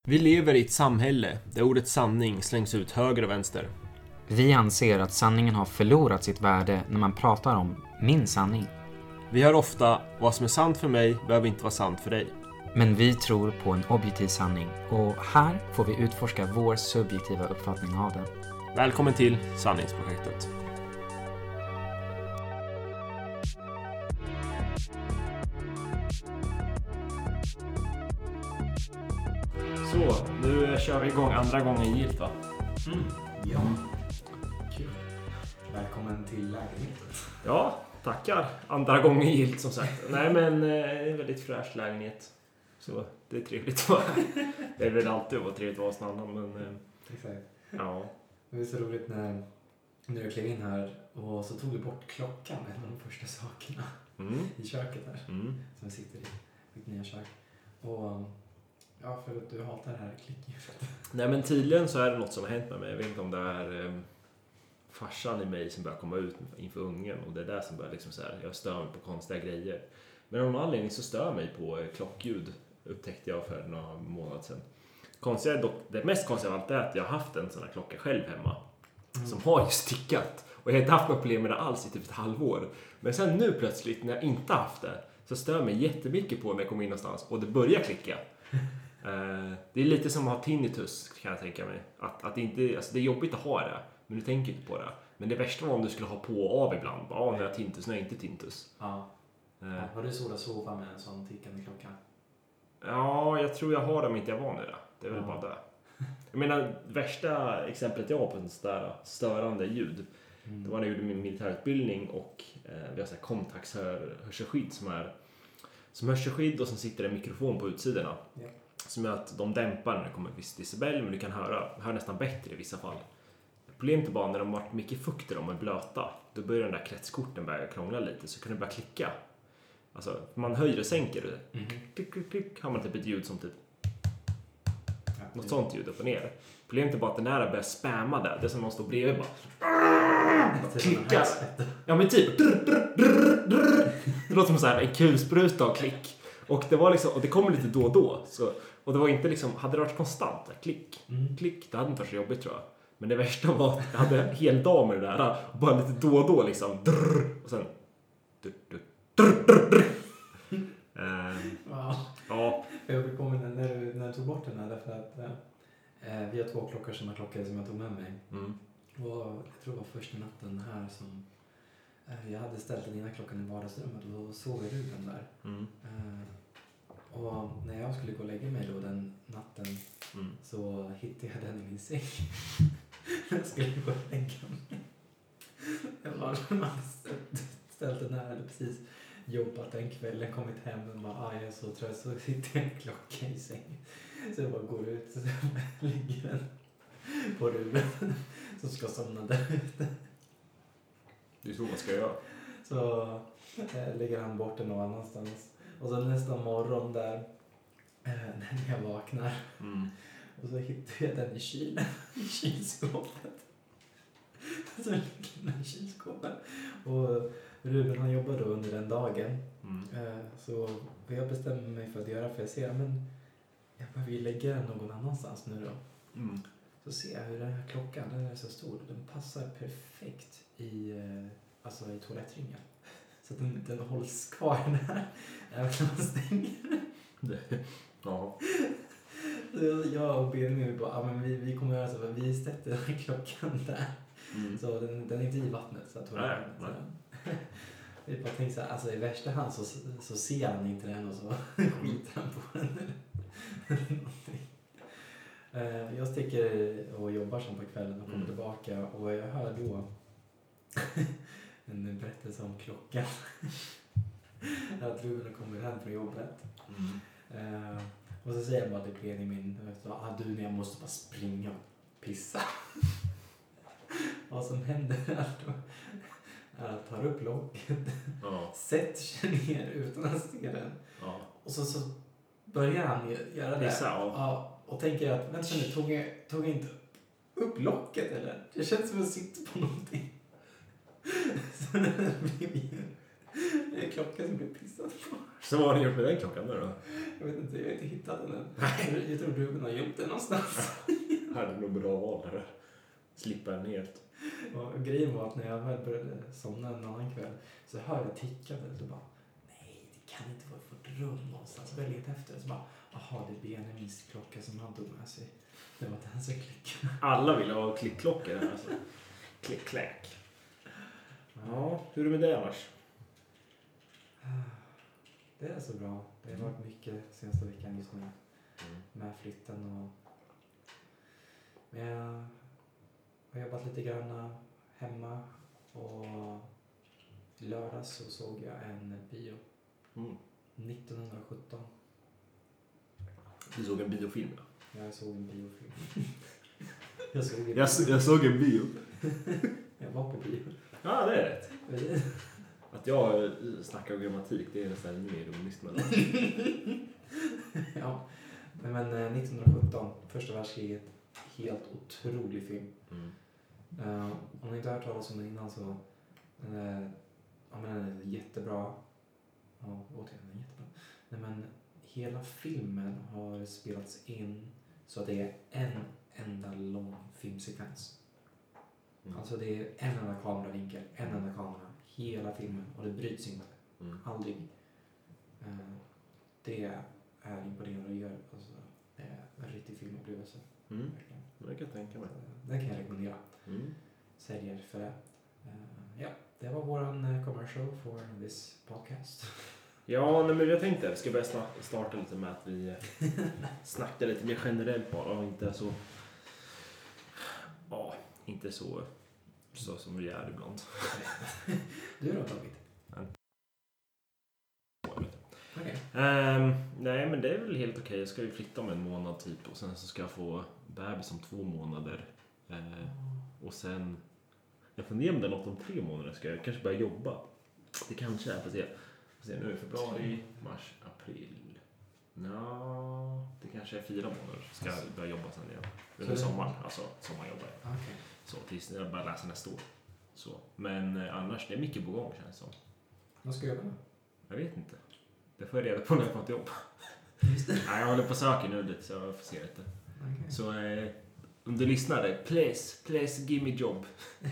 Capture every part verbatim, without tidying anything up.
Vi lever i ett samhälle där ordet sanning slängs ut höger och vänster. Vi anser att sanningen har förlorat sitt värde när man pratar om min sanning. Vi hör ofta, vad som är sant för mig behöver inte vara sant för dig. Men vi tror på en objektiv sanning och här får vi utforska vår subjektiva uppfattning av den. Välkommen till Sanningsprojektet. Så, nu kör vi igång andra gången gilt, va? Mm. Ja, kul. Välkommen till lägenheten. Ja, tackar. Andra gången gilt, som sagt. Nej, men eh, en väldigt fräsch lägenhet. Så det är trevligt, va? Det är väl alltid att vara trevligt att vara hos en annan, men... Eh, Exakt. ja. Det var så roligt när, när jag klev in här och så tog du bort klockan, en av de första sakerna Mm. i köket där. Mm. Som jag sitter i, mitt nya kök. Och ja, för att du hatar det här klickljudet. Nej, men tydligen så är det något som har hänt med mig. Jag vet inte om det är eh, farsan i mig som börjar komma ut inför ungen. Och det är där som börjar liksom så här, jag stör mig på konstiga grejer. Men av någon anledning så stör jag mig på eh, klockljud. Upptäckte jag för några månader sedan. Konstiga är dock, det mest konstiga av allt är att jag har haft en sån här klocka själv hemma. Mm. Som har just tickat. Och jag har inte haft något problem med det alls i typ ett halvår. Men sen nu plötsligt när jag inte haft det. Så stör jag mig jättemycket på när jag kommer in någonstans. Och det börjar klicka. Uh, det är lite som att ha tinnitus, kan jag tänka mig. Att, att det, inte, alltså det är jobbigt att ha det, men du tänker inte på det. Men det värsta var om du skulle ha på och av ibland. Ja, ah, när jag har tinnitus, när jag inte tinnitus. Ja. Uh, ja. Har du svårt att sova med en sån tickande klocka? Ja, jag tror jag har det om inte jag var med det. Det är väl ja. bara det. Jag menar, värsta exemplet jag har på en sån där störande ljud. Mm. Det var när jag gjorde min militärutbildning och eh, vi har så här kontaktshörselskydd som är som hörselskydd och som sitter en mikrofon på utsidorna. Yeah. Som gör att de dämpar när det kommer viss decibel, men du kan höra, höra nästan bättre i vissa fall. Problemet är bara när de har varit mycket fukt i dem och är blöta. Då börjar den där kretskorten börja krångla lite, så kan det börja klicka. Alltså, man höjer och sänker det. Mm. Klick, klick, klick, har man typ ett ljud som typ ja, något sånt ljud upp och ner. Problemet är bara att den här börjar spamma där. Det är som någon står bredvid bara klickar. Ja, men typ det låter som så här en kulspruta och klick. Och det var liksom, och det kommer lite då och då. Så, och det var inte liksom, hade det varit konstant där, klick, mm. klick, det hade inte varit så jobbigt, tror jag. Men det värsta var att jag hade en hel dag med det där. Och bara lite då och då liksom. Drr, och sen drr, drr, drr, drr, drr. Um, wow. Ja. Jag vill påminna när du, när du tog bort den här, därför att eh, vi har två klockor som är klockor som jag tog med mig. Mm. Och jag tror det var första natten här som eh, jag hade ställt den ena klockan i vardagsrummet och då sov jag ur den där. Mm. Eh, och när jag skulle gå och lägga mig då den natten mm. så hittade jag den i min säng. Jag skulle gå och lägga mig. Jag var ställt den här eller precis jobbat en kväll, jag kommit hem och bara, aj, jag så trött, så sitter jag en klocka i sängen. Så jag bara går ut och så ligger den på Ruben som ska somna där ute. Det är så man ska göra. Så äh, lägger han bort den någon annanstans. Och så nästa morgon där, äh, när jag vaknar, mm. och så hittar jag den i kylen, i kylskåpet. Så ligger den i kylskåpet. Och Ruben, han jobbar då under den dagen. Mm. Så jag bestämmer mig för att göra, för jag ser, men jag behöver ju lägga den någon annanstans nu då. Mm. Så ser jag hur den här klockan, den är så stor, den passar perfekt i, alltså i toalettringen. Så att den, den hålls kvar där, även när man stänger. Ja. Så jag och Benjamin bara, ja, men vi, vi kommer göra så att vi sätter den här klockan där. Mm. Så den, den är inte i vattnet. Så att nej, nej. Vi bara tänkte så här, alltså i värsta hand så, så ser han inte den och så skiter han på den eller jag sticker och jobbar som på kvällen och kommer mm. tillbaka och jag hör då en berättelse om klockan. Att Ruben kommer hem från jobbet. Mm. Uh, och så säger jag bara till Benjamin, ah, du, jag måste bara springa och pissa. Vad som händer är då jag tar upp locket, ja. Sätter sig ner utan att se den. Ja. Och så, så börjar han göra det. Pissa, ja. Ja, och tänker att, vänta nu, tog jag, tog jag inte upp locket eller? Det känns som att jag sitter på någonting. Så det blir ju En klocka som blev pissad på. Så vad har ni gjort med den klockan nu då? Jag vet inte, jag har inte hittat den än. Jag tror Ruben har gjort den någonstans. Hade nog bra val där. Slippa den helt. Och grejen var att när jag väl började somna en annan kväll så hörde jag tickandet. Så bara, nej, det kan inte vara i vårt rum någonstans. Så började jag leta efter det. Så bara, jaha, det är Benjamins klocka som han tog med sig. Det var den som klickade. Alla vill ha klickklockor här alltså. Klick, klack. Ja, hur är det med det annars? Det är så bra. Det har varit mycket senaste veckan just nu. Mm. Med flytten och... Men jag har jobbat lite grann hemma. Och i lördags så såg jag en bio. Mm. nittonhundrasjutton. Du såg en biofilm? Jag såg en biofilm. jag, såg en Jag, jag såg en bio. jag var på bio. Ja, det är rätt. Att jag snackar grammatik, det är nästan ännu mer ironiskt med det. Ja, men nittonhundrasjutton, första världskriget, helt otrolig film. Mm. Uh, om ni inte har hört talas om den innan så uh, ja, men den är jättebra. Ja, återigen, den är jättebra. Nej, men hela filmen har spelats in så att det är en enda lång filmsekvens. Mm. Alltså det är en enda kameravinkel, en enda kamera, hela filmen, och det bryts inte. Mm. Aldrig. Uh, det är imponerande att göra. Alltså, det är en riktig filmupplevelse. Mm. Verkligen. Det kan jag tänka mig. Den kan jag rekommendera. Mm. Säljer för det. Uh, ja, det var våran uh, commercial for this podcast. Ja, nej, men jag tänkte att vi ska börja starta lite med att vi snackar lite mer generellt bara och inte så... Ja, inte så, så som vi är ibland. Du då, David? Okay. Um, nej, men det är väl helt okej. Okay. Jag ska ju flytta om en månad typ och sen så ska jag få bebis om två månader. Uh, och sen... Jag funderar om det är något om tre månader. Ska jag kanske börja jobba. Det kanske är, får se. Får se, nu är det februari, mars, april. Nå, det kanske är fyra månader. Ska jag börja jobba sen igen. Under sommaren, alltså sommarjobbar. Okay. Så tills jag börjar läsa nästa år. Så. Men eh, annars, det är mycket på gång känns det som. Vad ska jag jobba med? Jag vet inte. Det får jag reda på när jag får ett jobb. Just det. Nej, jag håller på att söka nu lite så jag får se lite. Okay. Så eh, om du lyssnar, please, please give me job.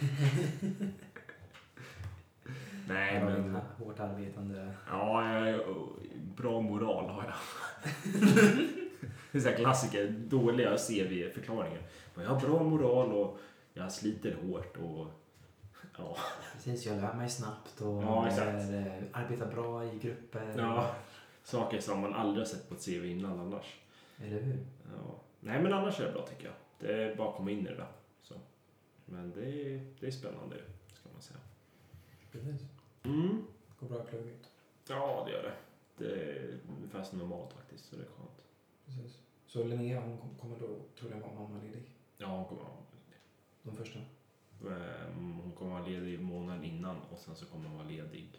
Nej, jag men... Hårt arbetande... Ja, jag, bra moral har jag. Det är så här klassiker, dåliga C V-förklaringar. Men jag har bra moral och jag sliter hårt och... Ja. Precis, jag lär mig snabbt och ja, är, arbetar bra i grupper. Ja, saker som man aldrig har sett på ett C V innan annars. Eller hur? Ja. Nej, men annars är det bra tycker jag. Det är bara att komma in i det där. Så. Men det är, det är spännande, ska man säga. Precis. Mm. Går bra att plugga ut. Ja, det gör det. Det är ungefär som normalt faktiskt, så det är skönt. Precis. Så Linnea, hon kommer då troligen vara mammaledig? Ja, hon kommer vara ledig. De första? Hon kommer vara ledig månaden innan och sen så kommer hon vara ledig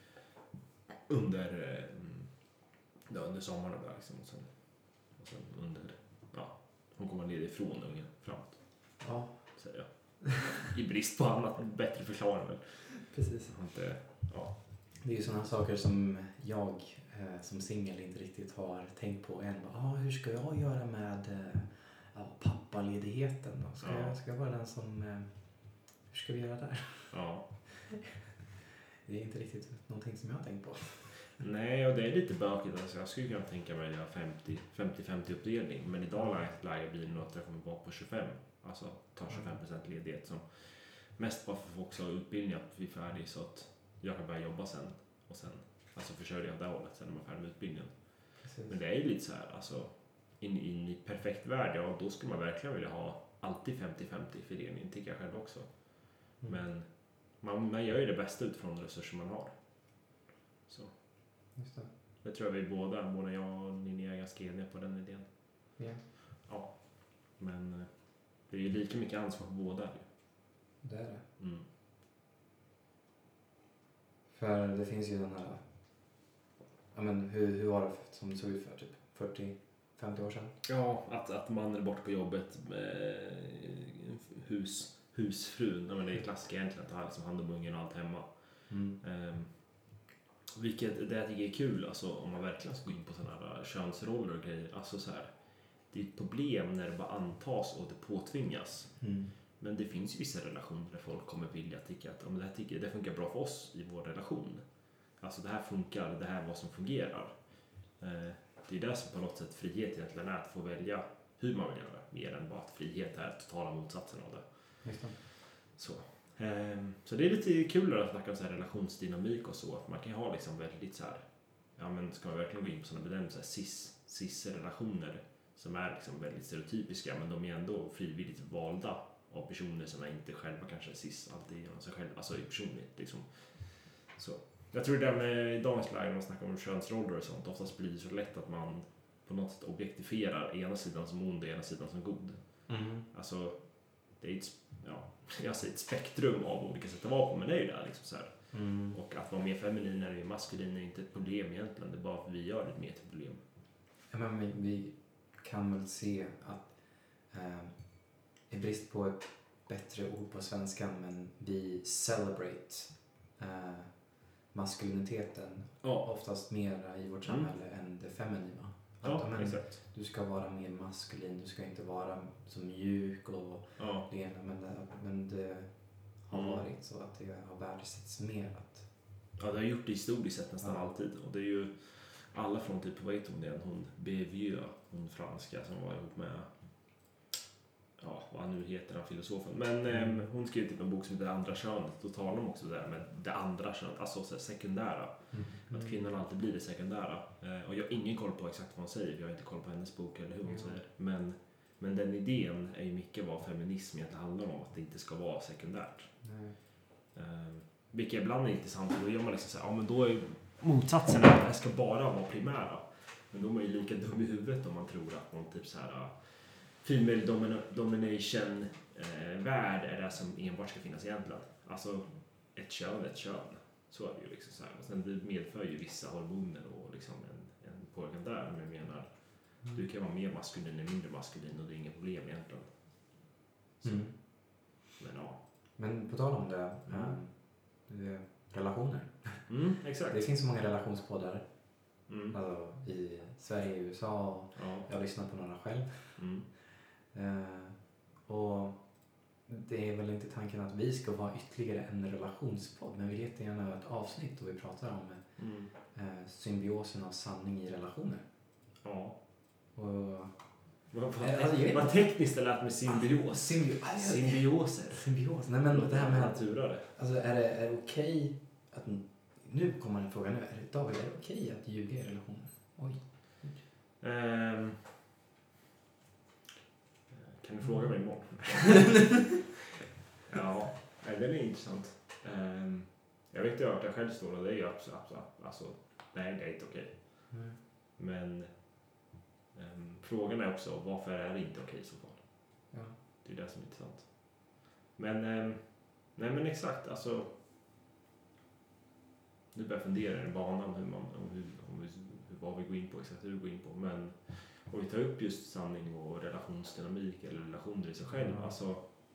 under, ja, under sommaren där liksom. Och sen, och sen under, ja, hon kommer vara ledig från ungen framåt. Ja. Säger jag. I brist på annat, bättre förklaring väl. Precis. Inte, ja. Det är ju sådana saker som jag eh, som singel inte riktigt har tänkt på än. Ah, hur ska jag göra med eh, ja, pappaledigheten då? Ska, Ja. jag, ska jag vara den som... Eh, hur ska vi göra där? Ja. Det är inte riktigt någonting som jag har tänkt på. Nej, och det är lite bökigt. Alltså, jag skulle kunna tänka mig att femtio femtio uppdelning. Men idag lär jag bli nog att jag kommer vara på tjugofem. Alltså ta tjugofem procent ledighet. Som mest bara för att få också utbildning att vi är färdig så att jag kan börja jobba sen. Och sen alltså försörja det hållet sen när man är färdig med utbildningen. Precis. Men det är ju lite så här, alltså in, in i perfekt värld, ja då skulle man verkligen vilja ha alltid femtio femtio fördelning, tycker jag själv också. Mm. Men man, man gör ju det bästa utifrån de resurser man har. Så. Just det. Det tror jag vi båda, både jag och Linnea är ganska eniga på den idén. Yeah. Ja. Men det är ju lika mycket ansvar på båda. Det är det. Mm. För det finns ju den här... Ja, men hur, hur var det som det såg ut för typ fyrtio femtio år sedan? Ja, att, att man är borta på jobbet med hus, husfrun. Ja, men det är klassiskt egentligen att ha liksom hand om ungen och allt hemma. Mm. Um, Vilket det jag tycker är kul, alltså om man verkligen ska gå in på sådana här könsroller och grejer. Alltså så här, det är ett problem när det bara antas och det påtvingas. Mm. Men det finns ju vissa relationer där folk kommer vilja tycka att ja, men det här tycker, det funkar bra för oss i vår relation. Alltså det här funkar, det här är vad som fungerar. Eh, det är det som på något sätt frihet egentligen är, att få välja hur man vill göra. Mer än bara att frihet är totala motsatsen av det. Just det. Så. Så det är lite kul att snacka om så här relationsdynamik och så. Att man kan ha liksom väldigt så här, ja men ska man verkligen gå in på sådana benämningar, cis, cis-relationer som är liksom väldigt stereotypiska, men de är ändå frivilligt valda av personer som är inte själva kanske cis, alltid genom sig själv, alltså personligt liksom. Så. Jag tror det där med i dagens läge när man snackar om könsroller och sånt, oftast blir det så lätt att man på något sätt objektifierar ena sidan som ond och ena sidan som god. Mm. Alltså, det är ett, ja, jag säger ett spektrum av olika sätt att vara på, men det är ju där liksom så här. Mm. Och att vara mer feminin eller maskulin är inte ett problem egentligen, det är bara att vi gör det mer till problem. Ja, men vi, vi kan väl se att eh, i brist på ett bättre ord på svenska, men vi celebrate eh, maskuliniteten Ja. oftast mer i vårt samhälle mm. än det feminina. Ja, men exakt. Du ska vara mer maskulin, du ska inte vara så mjuk och ja. det ena, men det, men det har mm. varit så att det har värdesätts mer. Att... Ja, det har gjort det historiskt sett nästan ja. alltid. Och det är ju alla från typ, vad heter hon det? Hon Bevieux, hon franska som var ihop med, ja, vad nu heter den filosofen. Men mm. eh, hon skrev typ en bok som heter Det andra könet. Då talar de också där med det andra könet, alltså så här, sekundära. Mm. Mm. Att kvinnan alltid blir det sekundära. Eh, och jag har ingen koll på exakt vad hon säger. Jag har inte koll på hennes bok eller hur hon mm. säger. Men, men den idén är ju mycket vad feminism egentligen handlar om. Att det inte ska vara sekundärt. Mm. Eh, vilket ibland är intressant. Då gör man liksom så här, ja men då är motsatsen att det här ska bara vara primära. Men då är man ju lika dum i huvudet om man tror att någon typ så här female domina- domination eh, värld är det som enbart ska finnas egentligen. Alltså ett kön, ett kön. Så är det ju liksom så här. Och sen det medför ju vissa hormoner och liksom en, en påverkan där. Men jag menar, mm. du kan vara mer maskulin eller mindre maskulin och det är inget problem egentligen. Så. Mm. Men ja. Men på tal om det, mm. äh, relationer. Mm, exakt. Det finns så många relationspoddar. Mm. Alltså i Sverige, i U S A. Ja. Jag har lyssnat på några själv. Mm. Uh, och det är väl inte tanken att vi ska vara ytterligare en relationspodd, men vi vill jättegärna ha ett avsnitt och vi pratar om mm. uh, symbiosen av sanning i relationer. Ja. Och, vad, vad, alltså, vad tekniskt det lät med symbios. Symbi- Symbioser. Symbios. Nej, men det här med naturare. Alltså är det, är det okej att, nu kommer en fråga nu, är det, David, är det okej att ljuga i relationer? Oj. Um, kan du fråga mig imorgon? Ja, det är intressant. Um, jag vet ju att jag själv står och det är ju absolut, absolut, alltså, nej det är inte okej. Mm. Men um, frågan är också, varför är det inte okej i så fall? Ja. Det är det som är intressant. Men, um, nej men exakt, alltså nu börjar jag fundera i banan hur man, om, hur, om hur, vad vi går in på, exakt hur vi går in på, men om vi tar upp just sanning och relationsdynamik eller relationer i sig själv, mm. alltså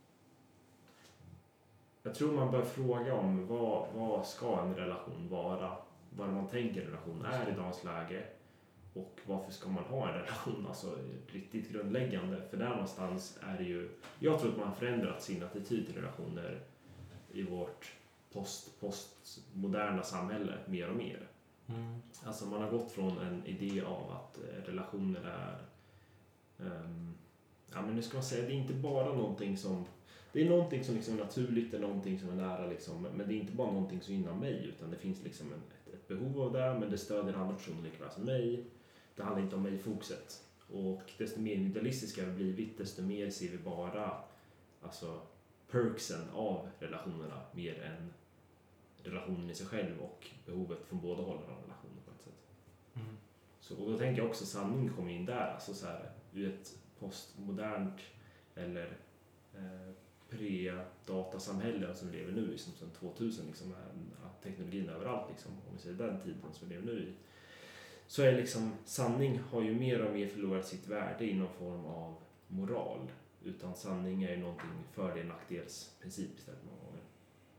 jag tror man bör fråga om vad, vad ska en relation vara, vad man tänker relation är i dagens läge och varför ska man ha en relation, alltså riktigt grundläggande, för där någonstans är det ju, jag tror att man har förändrat sin attityd till relationer i vårt post, postmoderna samhälle mer och mer. Mm. Alltså man har gått från en idé av att eh, relationer är um, ja men nu ska man säga, det är inte bara någonting som det är någonting som liksom är naturligt, det är någonting som är nära liksom, men det är inte bara någonting som gynnar mig, utan det finns liksom en, ett, ett behov av det, men det stödjer andra personer lika som mig. Det handlar inte om mig i fokuset, och desto mer individualistiska vi har blivit, desto mer ser vi bara alltså perksen av relationerna mer än relationen i sig själv och behovet från båda hållen av relationen på ett sätt. Mm. Så, och då tänker jag också sanning kommer in där, alltså så här, ur ett postmodernt eller eh, pre-datasamhälle som vi lever nu i, som sedan tvåtusen liksom, är, att teknologin är överallt liksom, om vi säger den tiden som vi lever nu i, så är liksom sanning har ju mer och mer förlorat sitt värde i någon form av moral, utan sanning är ju någonting för det nackdelsprincip istället många gånger.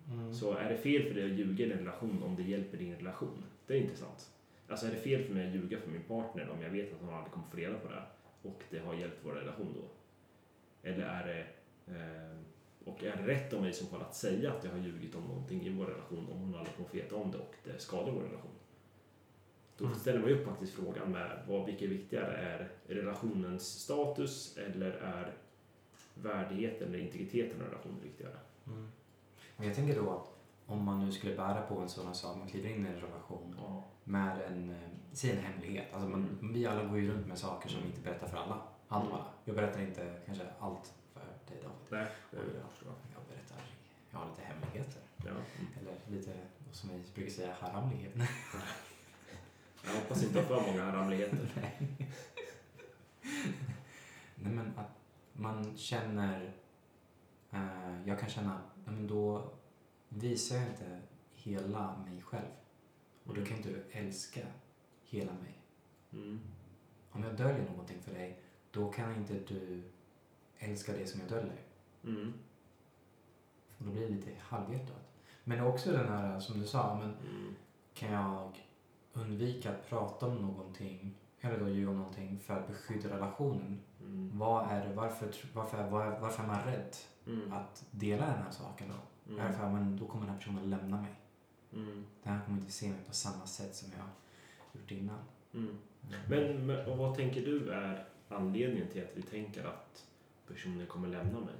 Mm. Så är det fel för dig att ljuga i en relation om det hjälper din relation? Det är intressant. Alltså är det fel för mig att ljuga för min partner om jag vet att hon aldrig kommer få reda på det och det har hjälpt vår relation då? Eller är det eh, och är det rätt om mig som fall att säga att jag har ljugit om någonting i vår relation om hon aldrig kommer få veta om det och det skadar vår relation? Då ställer man ju upp faktiskt frågan med vad, vilka är viktigare, är relationens status eller är värdigheten eller integriteten av relationen viktigare? Mm. Men jag tänker då att om man nu skulle bära på en sån sak, man kliver in i en relation ja. med en, säg en hemlighet. Alltså man, mm. vi alla går ju runt med saker som vi inte berättar för alla. Allt alla. Jag berättar inte kanske allt för dig David. Nej, det jag, jag berättar, jag har lite hemligheter. Ja. Mm. Eller lite, som vi brukar säga, haramligheter. Jag hoppas inte ha för många haramligheter. Nej. Nej men att man känner, eh, jag kan känna, men då visar jag inte hela mig själv. Och då kan inte du älska hela mig. Mm. Om jag döljer någonting för dig, då kan inte du älska det som jag döljer. Mm. Och då blir det lite halvhjärtat. Men också den här, som du sa, men mm. kan jag undvika att prata om någonting eller då ljuga om någonting för att beskydda relationen? Mm. Vad är det, varför, varför, var, varför är man rädd mm. att dela den här saken då? Mm. Därför, men då kommer den här personen lämna mig. Mm. Den här kommer inte se mig på samma sätt som jag gjort innan. Mm. Mm. Men, men och vad tänker du är anledningen till att vi tänker att personen kommer lämna mig?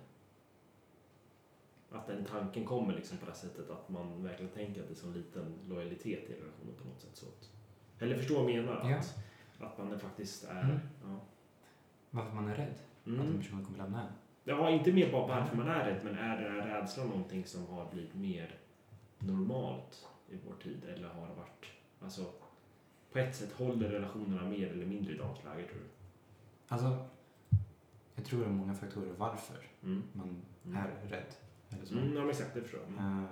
Att den tanken kommer liksom på det sättet att man verkligen tänker att det är så liten lojalitet i relationen på något sätt. Så att, eller förstår vad jag menar? Ja. Att, att man faktiskt är... Mm. Ja. Varför man är rädd mm. att en person kommer lämna en? Ja, inte mer bara varför man är rädd, men är den här rädslan någonting som har blivit mer normalt i vår tid? Eller har det varit... Alltså, på ett sätt håller relationerna mer eller mindre i dagens läge, tror du? Alltså, jag tror det är många faktorer varför mm. man mm. är rädd. Eller så. Mm, ja, exakt, det förstår jag. Uh,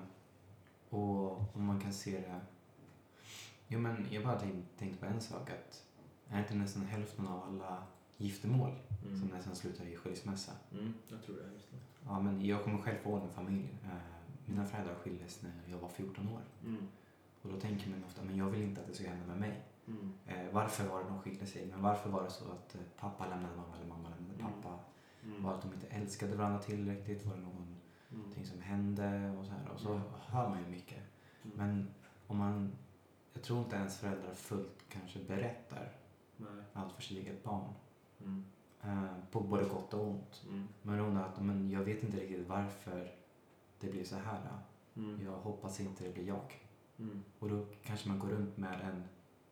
och om man kan se det... Jo, men jag bara tänkte på en sak, att är inte nästan hälften av alla giftermål mm. som nästan slutar i skilsmässa? Mm, jag tror det. Just det. Ja, men jag kommer själv från en familj. Uh, mina föräldrar skildes när jag var fjorton år. Mm. Och då tänker man ofta, men jag vill inte att det ska hända med mig. Mm. Uh, varför var det de skilde sig? Men varför var det så att uh, pappa lämnade mamma eller mamma lämnade mm. pappa? Mm. Var det att de inte älskade varandra tillräckligt? Var det någon Mm. ting som hände och så här. Och så mm. hör man ju mycket. Mm. Men om man, jag tror inte ens föräldrar fullt kanske berättar Nej. allt för sitt eget barn. Mm. Uh, på både gott och ont. Mm. Men undrar att men jag vet inte riktigt varför det blir så här. Mm. Jag hoppas inte det blir jag. Mm. Och då kanske man går runt med en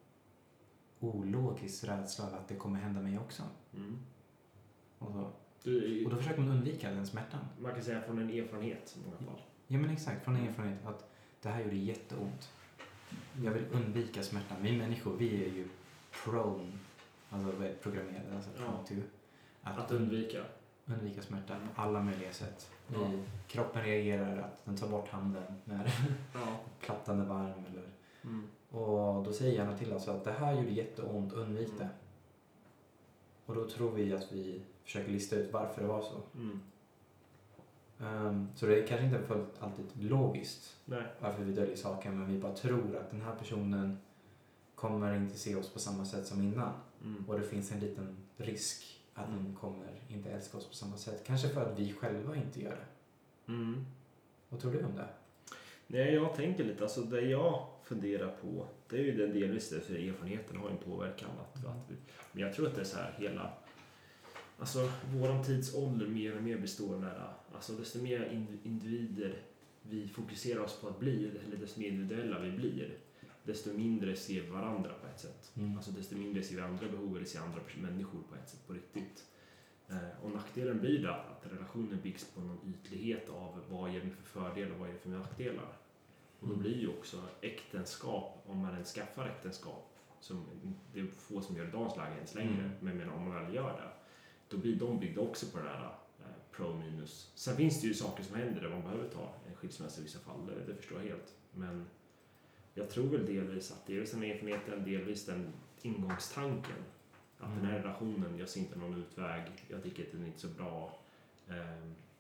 ologisk rädsla att det kommer hända mig också. Mm. Och så Du, och då försöker man undvika den smärtan. Man kan säga från en erfarenhet i många fall. Ja, men exakt. Från en erfarenhet att det här gjorde jätteont. Jag vill undvika smärtan. Vi människor, vi är ju prone, alltså programmerade, alltså prone ja. to. Att, att undvika. Undvika smärta på alla möjliga sätt. Ja. I, kroppen reagerar att den tar bort handen när ja. plattan är varm. Eller. Mm. Och då säger gärna till oss att det här gjorde jätteont, undvik det. Mm. Och då tror vi att vi försöker lista ut varför det var så. Mm. Um, så det är kanske inte fullt alltid logiskt Nej. varför vi döljer saker, men vi bara tror att den här personen kommer inte se oss på samma sätt som innan. Mm. Och det finns en liten risk att mm. den kommer inte älska oss på samma sätt. Kanske för att vi själva inte gör det. Mm. Vad tror du om det? Nej, jag tänker lite, alltså det jag funderar på, det är ju den delvis det för erfarenheten har en påverkan. Att, mm. att vi, men jag tror att det är så här hela... Alltså, våran tidsålder mer och mer består nära. Alltså, desto mer individer vi fokuserar oss på att bli, eller desto mer individuella vi blir, desto mindre ser vi varandra på ett sätt. Mm. Alltså, desto mindre ser vi andra behov eller ser andra människor på ett sätt på riktigt. Eh, och nackdelen blir det att relationen byggs på någon ytlighet av vad ger det för fördelar och vad ger det för nackdelar. Och då blir ju också äktenskap, om man ens skaffar äktenskap, som det är få som gör det dagens läge ens längre, mm. men menar, om man väl gör det, då blir de byggda också på det där eh, pro minus. Sen finns det ju saker som händer där man behöver ta en skilsmässa i vissa fall, det, det förstår jag helt. Men jag tror väl delvis att delvis den erfarenheten, delvis den ingångstanken. Att mm. den här relationen, jag ser inte någon utväg, jag tycker att den är inte så bra. Eh,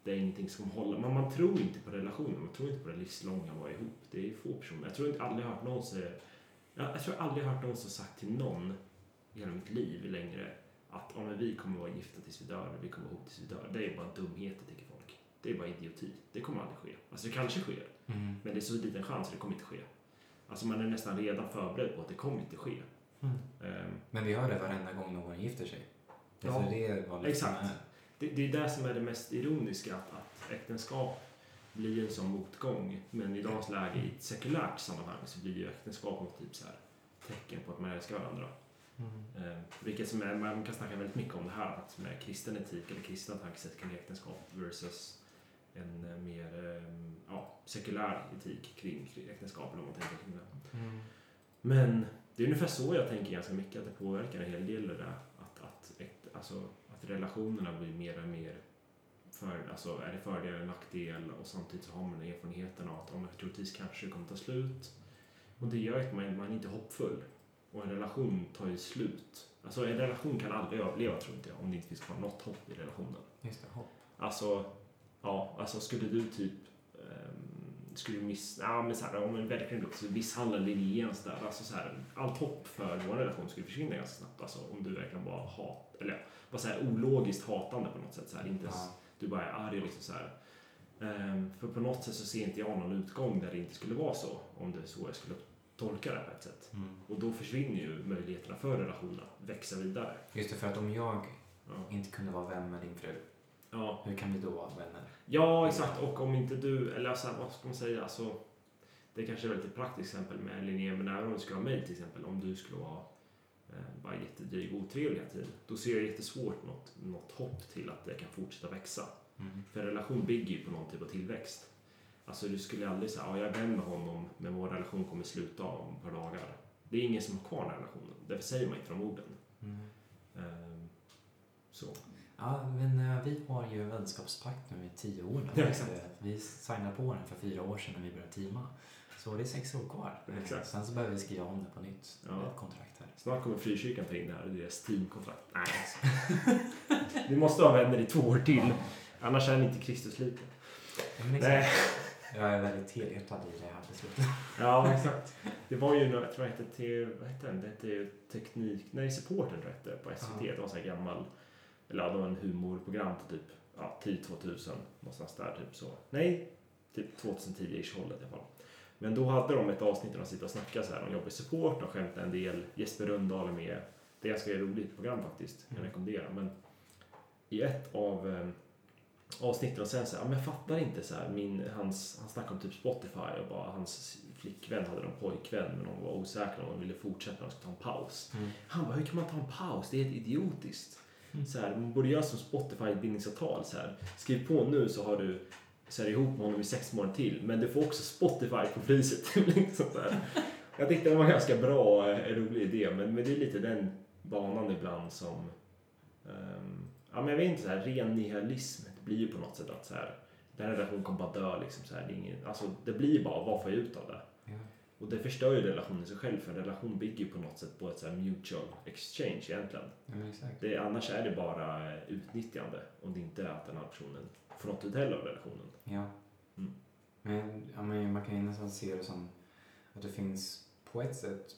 det är ingenting som håller. Men man tror inte på relationer, man tror inte på det livslånga vara ihop. Det är få personer. Jag tror inte aldrig hört någon säga, jag tror aldrig hört någon som sagt till någon genom mitt liv längre att om vi kommer vara gifta tills vi dör, vi kommer ihop tills vi dör. Det är bara dumheter, tycker folk. Det är bara idioti. Det kommer aldrig ske. Alltså det kanske sker, mm. men det är så liten chans att det kommer inte ske. Alltså man är nästan redan förberedd på att det kommer inte ske. Mm. Um, men vi hör det varenda gång någon gifter sig. Ja, det är vad exakt. Det, det är det som är det mest ironiska, att, att äktenskap blir en sån motgång. Men i dagens läge, i ett sekulärt sammanhang, så blir ju äktenskap något typ så här tecken på att man älskar varandra. Mm. Eh, vilket som är, man kan snacka väldigt mycket om det här, att med kristen etik eller kristna tankesätt kring äktenskap versus en eh, mer eh, ja, sekulär etik kring, kring äktenskap, eller vad man tänker kring det. Mm. Men det är ungefär så jag tänker ganska mycket, att det påverkar en hel del det där, att, att, ett, alltså, att relationerna blir mer och mer för, alltså är det fördel eller nackdel, och samtidigt så har man erfarenheten av att om jag troligtvis kanske det kommer ta slut, och det gör att man, man är inte hoppfull. Och en relation tar ju slut. Alltså en relation kan aldrig överleva, tror inte jag, om det inte finns kvar något hopp i relationen. Just det, hopp. Alltså, ja, alltså skulle du typ um, skulle du miss, ja men så här, om en verkligen så misshandla Linnea så där, alltså så här, allt hopp för vår relation skulle försvinna ganska snabbt, alltså om du verkligen bara hat, eller bara så här ologiskt hatande på något sätt, så här, inte ens, ja. Du bara är arg liksom så här. Um, för på något sätt så ser inte jag någon utgång där det inte skulle vara så, om det är så jag skulle tolka det på ett sätt. Mm. Och då försvinner ju möjligheterna för relationerna växa vidare. Just det, för att om jag ja. inte kunde vara vän med din fru, ja. hur kan vi då vara vänner? Ja, exakt. Och om inte du, eller så här, vad ska man säga, alltså, det är kanske är ett praktiskt exempel med Linnea, men även om du skulle ha mig till exempel, om du skulle vara eh, bara jättedryg och otrevlig hela tiden, då ser jag jättesvårt något, något hopp till att det kan fortsätta växa. Mm. För en relation bygger ju på någon typ av tillväxt. Alltså du skulle aldrig säga, ja jag är vän med honom, men vår relation kommer sluta om ett par dagar. Det är ingen som har kvar den relationen. Därför säger man inte de orden. Mm. Um, så. Ja, men uh, vi har ju vänskapspakt nu i tio år. Ja, exakt. Vi signade på den för fyra år sedan när vi började teama. Så det är sex år kvar. Exakt. Sen så behöver vi skriva om det på nytt. Ja. Det är ett kontrakt här. Snart kommer Frikyrkan ta in det här och deras teamkontrakt. Nej, alltså. Vi måste ha vänner i två år till. Annars är ni inte Kristus lite. Nej. Jag är väldigt helhjärtad i det här beslutet. Ja, exakt. Det var ju, jag tror jag hette till, vad hette den? Det hette ju teknik, nej, supporten rätt det på S V T. Ja. Det var så här gammal, eller ja, det var en humorprogram på typ, ja, tidigt tvåtusen, någonstans där typ så. Nej, typ tjugohundratio-ish hållet i alla fall. Men då hade de ett avsnitt där de sitter och snackar så här, de jobbar i support, de skämtar en del, Jesper Rönndahl är med. Det är ganska roligt program faktiskt, kan jag rekommendera. Men i ett av avsnitten och sen så här, ja, men jag fattar inte så här, min, hans, han snackade om typ Spotify och bara hans flickvän hade en pojkvän, men de var osäkra om de ville fortsätta, de skulle ta en paus. Mm. Han bara, hur kan man ta en paus? Det är helt idiotiskt. Mm. Så här, man borde göra som Spotify-bindningsavtal så här. Skriv på nu så har du så här, ihop med honom i sex månader till, men du får också Spotify på priset. Liksom så här. Jag tyckte det var en ganska bra, rolig idé, men, men det är lite den banan ibland som um, ja, men jag vet inte, så här, ren nihilism. Det blir ju på något sätt att så här, den här relationen kommer bara dö liksom, så här, det, är ingen, alltså, det blir bara, vad får jag ut av det? Ja. Och det förstör ju relationen i sig själv, för en relation bygger på något sätt på ett så här mutual exchange egentligen. Ja, exakt. Det, annars är det bara utnyttjande, om det inte är att den här personen får något ut heller av relationen. Ja. Mm. Men, ja, men man kan ju nästan se det som att det finns på ett sätt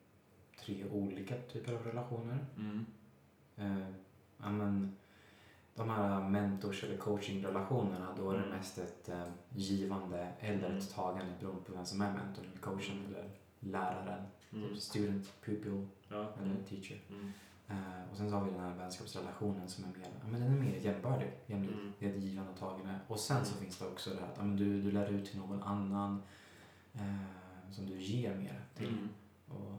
tre olika typer av relationer. Mm. Eh, ja, men, de här mentors- eller coaching-relationerna, då är det mm. mest ett eh, givande eller ett tagande beroende på vem som är mentorn eller coachen eller läraren. Mm. Student, pupil ja. eller teacher. Mm. Uh, och sen så har vi den här vänskapsrelationen som är mer, ja, men den är mer jämbördig. jämbördig. Mm. Det är ett givande och tagande. Och sen mm. så finns det också det här att ja, men du, du lär ut till någon annan uh, som du ger mer till. Mm. Och,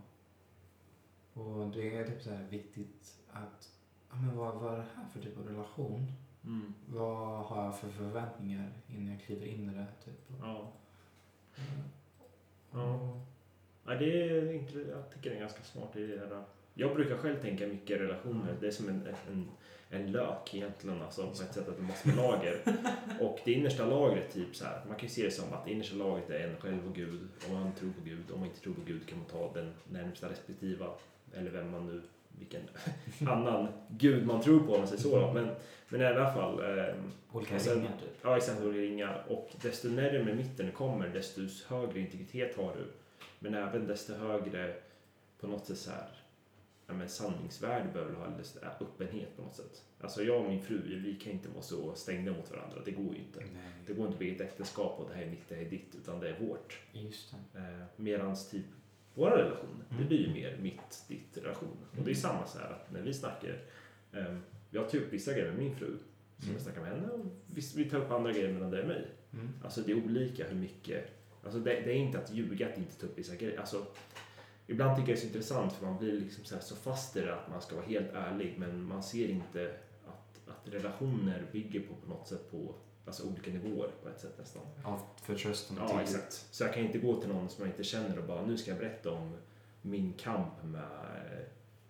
och det är typ så här viktigt att ja, men vad, vad är det här för typ av relation? Mm. Vad har jag för förväntningar innan jag kliver in i det? Typ? Ja. Mm. Ja. Ja, det är inte, jag tycker det är ganska smart i det där. Jag brukar själv tänka mycket relationer. Mm. Det är som en, en, en lök egentligen, alltså, på ett sätt att det måste vara lager. Och det innersta lagret, typ så här, man kan ju se det som att det innersta lagret är en själv och Gud. Om man tror på Gud, om man inte tror på Gud kan man ta den närmsta respektiva, eller vem man nu vilken annan gud man tror på om man säger så. Men, men i alla fall... Eh, olika alltså, ringar typ. Ja, exakt. Olika ringar. Och desto närmare mitten du kommer, desto högre integritet har du. Men även desto högre på något sätt så här, ja, men sanningsvärde behöver ha, eller öppenhet på något sätt. Alltså jag och min fru, vi kan inte vara så stängda mot varandra. Det går ju inte. Nej. Det går inte att bli ett äktenskap och det här är mitt, det här är ditt, utan det är vårt. Just det. Eh, medans typ våra relation, mm. det blir ju mer mitt, ditt relation. Mm. Och det är samma så här att när vi snackar, eh, jag tar upp vissa grejer med min fru, som mm. jag snackar med henne, och vi, vi tar upp andra grejer mellan det och mig. Mm. Alltså det är olika hur mycket, alltså det, det är inte att ljuga att inte ta upp vissa grejer. Alltså, ibland tycker jag det är så intressant för man blir liksom så, här så fast i det att man ska vara helt ärlig, men man ser inte att, att relationer bygger på, på något sätt på alltså olika nivåer på ett sätt nästan. Av förtröstan. Ja, exakt. Så jag kan inte gå till någon som jag inte känner och bara, nu ska jag berätta om min kamp med,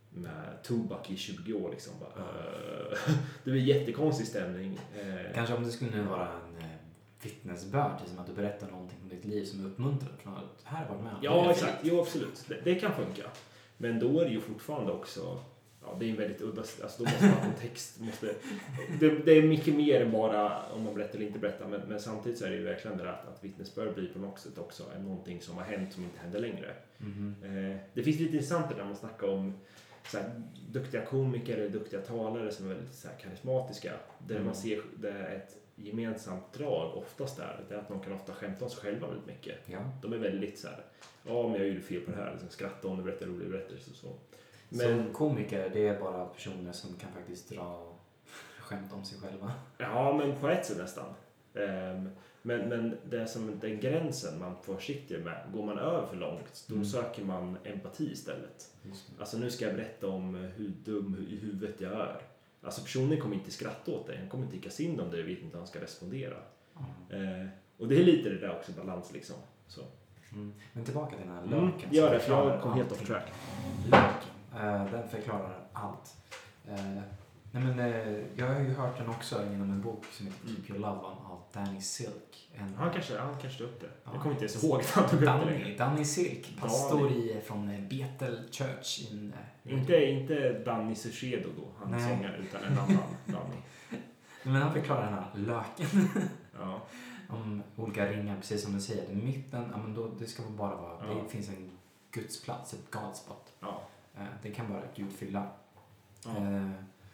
med tobak i tjugo år liksom. Bara, uh, det blir jättekonstig stämning. Kanske om det skulle nu vara en vittnesbörd, som att du berättar någonting om ditt liv som uppmuntrar från att här var med. Ja, exakt. Jo, absolut. Det, det kan funka. Men då är det ju fortfarande också, ja, det är en väldigt udda, alltså då måste man ha en text, måste, det, det är mycket mer än bara om man berättar eller inte berättar, men, men samtidigt så är det ju verkligen det att, att vittnesbörd blir på något sätt också är någonting som har hänt som inte händer längre. Mm-hmm. Eh, det finns lite intressant när man snackar om så här, duktiga komiker eller duktiga talare som är väldigt så här, karismatiska, där mm. man ser det är ett gemensamt drag oftast där, det är att de kan ofta skämta om sig själva väldigt mycket. Ja. De är väldigt så här, ja men jag gjorde fel på det här, liksom, skratta om det, berättar roliga berättelser och så. Men som komiker, det är bara personer som kan faktiskt dra skämt om sig själva. Ja, men på ett sätt nästan. Um, men, men det är som den gränsen man får försiktig med. Går man över för långt, då mm. söker man empati istället. Alltså nu ska jag berätta om hur dum i huvudet jag är. Alltså personen kommer inte skratta åt dig, han kommer inte tycka synd om dig och vet inte hur han ska respondera. Mm. Uh, och det är lite det där också, balans liksom. Så. Mm. Men tillbaka till den här löken. Mm, gör det, för jag kom helt off track. Löken. Uh, den förklarar allt. Uh, nej men, uh, jag har ju hört den också genom en bok som heter Keep Your Love On av Danny Silk. En, han kanske han kanske upp det. Ja, jag kommer inte ens ihåg att han Danny, Danny Silk, pastor i, från Bethel Church. In, uh, inte, inte Danny Suchedo då, han nej. sångar, utan en annan Danny. Men han förklarar den här löken. Ja. Om olika ringar, precis som du säger. I mitten, ja, men då, det ska bara vara, ja. Det finns en gudsplats, ett Godspot. Ja. Det kan bara Gud fylla. Ja. Eh,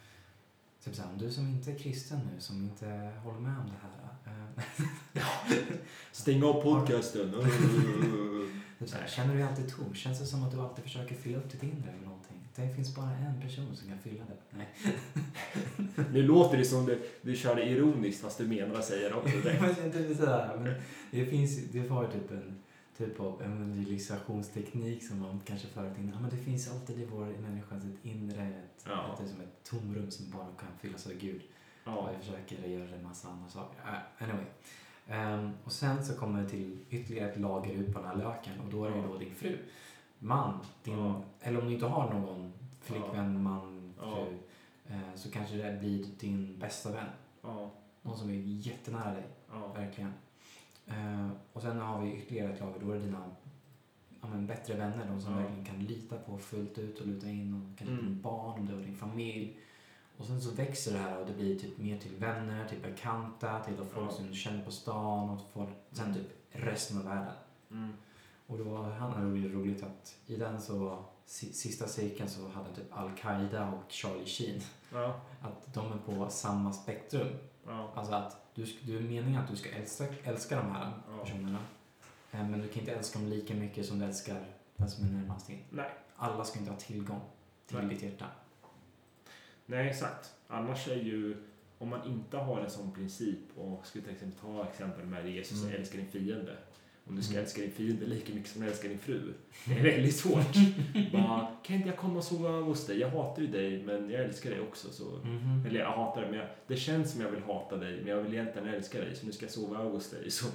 typ såhär, om du som inte är kristen nu, som inte håller med om det här. Eh, Stäng av podcasten. Typ såhär, känner du alltid tom? Känns det som att du alltid försöker fylla upp ditt inre med någonting? Det finns bara en person som kan fylla det. Nej. Nu låter det som du, du kör det ironiskt fast du menar att säga det också. Det, sådär, men det finns, det var typ en typ av evangelisationsteknik som man kanske förut innan. Ja, men det finns alltid i vår människans ett inre, ett, ja. ett, ett, som ett tomrum som bara kan fyllas av Gud. Ja. Och jag försöker göra en massa andra saker. Uh, anyway. Um, och sen så kommer det till ytterligare ett lager ut på den här löken och då är det då din fru. Man, din, ja. eller om du inte har någon flickvän, ja. man, fru, ja. uh, så kanske det blir din bästa vän. Ja. Någon som är jättenära dig, ja. verkligen. Uh, och sen har vi ytterligare ett lager, då är det dina ja, men bättre vänner, de som ja. verkligen kan lita på fullt ut och luta in, och kanske mm. din barn, om du har din familj. Och sen så växer det här och det blir typ mer till vänner, till bekanta, till folk ja. som du känner på stan och folk, sen typ resten av världen. Mm. Och då hade det roligt att i den så sista cirkeln så hade typ Al-Qaida och Charlie Sheen ja. att de är på samma spektrum. Ja. Alltså att du, du är meningen att du ska älska, älska de här ja. personerna, men du kan inte älska dem lika mycket som du älskar den som är närmast in. Nej. Alla ska inte ha tillgång till Nej. ditt hjärta. Nej, exakt. Annars är ju, om man inte har en sån princip, och ska till exempel ta exempel med Jesus mm. älskar din fiende. Om du ska mm. älska din fiende lika mycket som du älskar din fru. Det är väldigt svårt. Bara, kan inte jag komma och sova hos dig? Jag hatar ju dig, men jag älskar dig också. Så. Mm-hmm. Eller jag hatar dig, men jag, det känns som jag vill hata dig, men jag vill egentligen älska dig, så nu ska jag sova hos dig. Så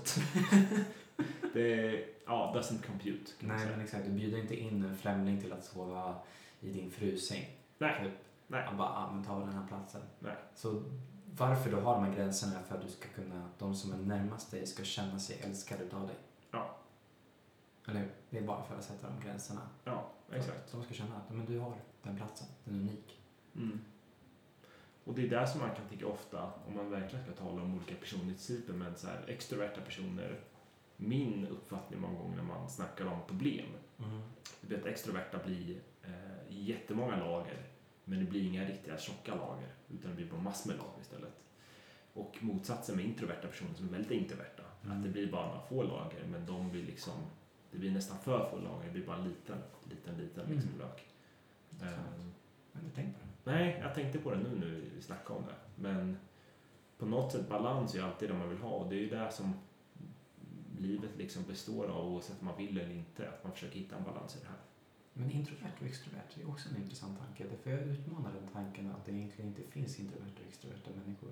det ja, doesn't compute. Nej, men exakt. Du bjuder inte in en främling till att sova i din frus säng. Nej. Typ. Nej. Han bara, ah, men ta den här platsen. Nej. Så varför du har de här gränserna är för att du ska kunna, de som är närmast dig ska känna sig älskade av dig. Ja. Eller det är bara för att sätta de gränserna. Ja, exakt. De ska känna att men du har den platsen, den är unik. Mm. Och det är där som man kan tycka ofta, om man verkligen ska tala om olika personlighetstyper, men så här, extroverta personer, min uppfattning många gånger när man snackar om problem, Mm. det är att extroverta blir eh, jättemånga lager, men det blir inga riktiga tjocka lager, utan det blir bara massor med lager istället. Och motsatsen med introverta personer som är väldigt introverta, mm. att det blir bara några få lager, men de blir liksom, det blir nästan för få lager, det blir bara en liten, liten, liten liksom Mm. lök. Um, men du tänkt på det? Nej, jag tänkte på det nu när vi snackade om det. Men på något sätt balans är ju alltid det man vill ha. Och det är ju det som livet liksom består av, oavsett om man vill eller inte. Att man försöker hitta en balans i det här. Men introvert och extrovert är också en intressant tanke. För jag utmanar den tanken att det egentligen inte finns introverta och extroverta människor.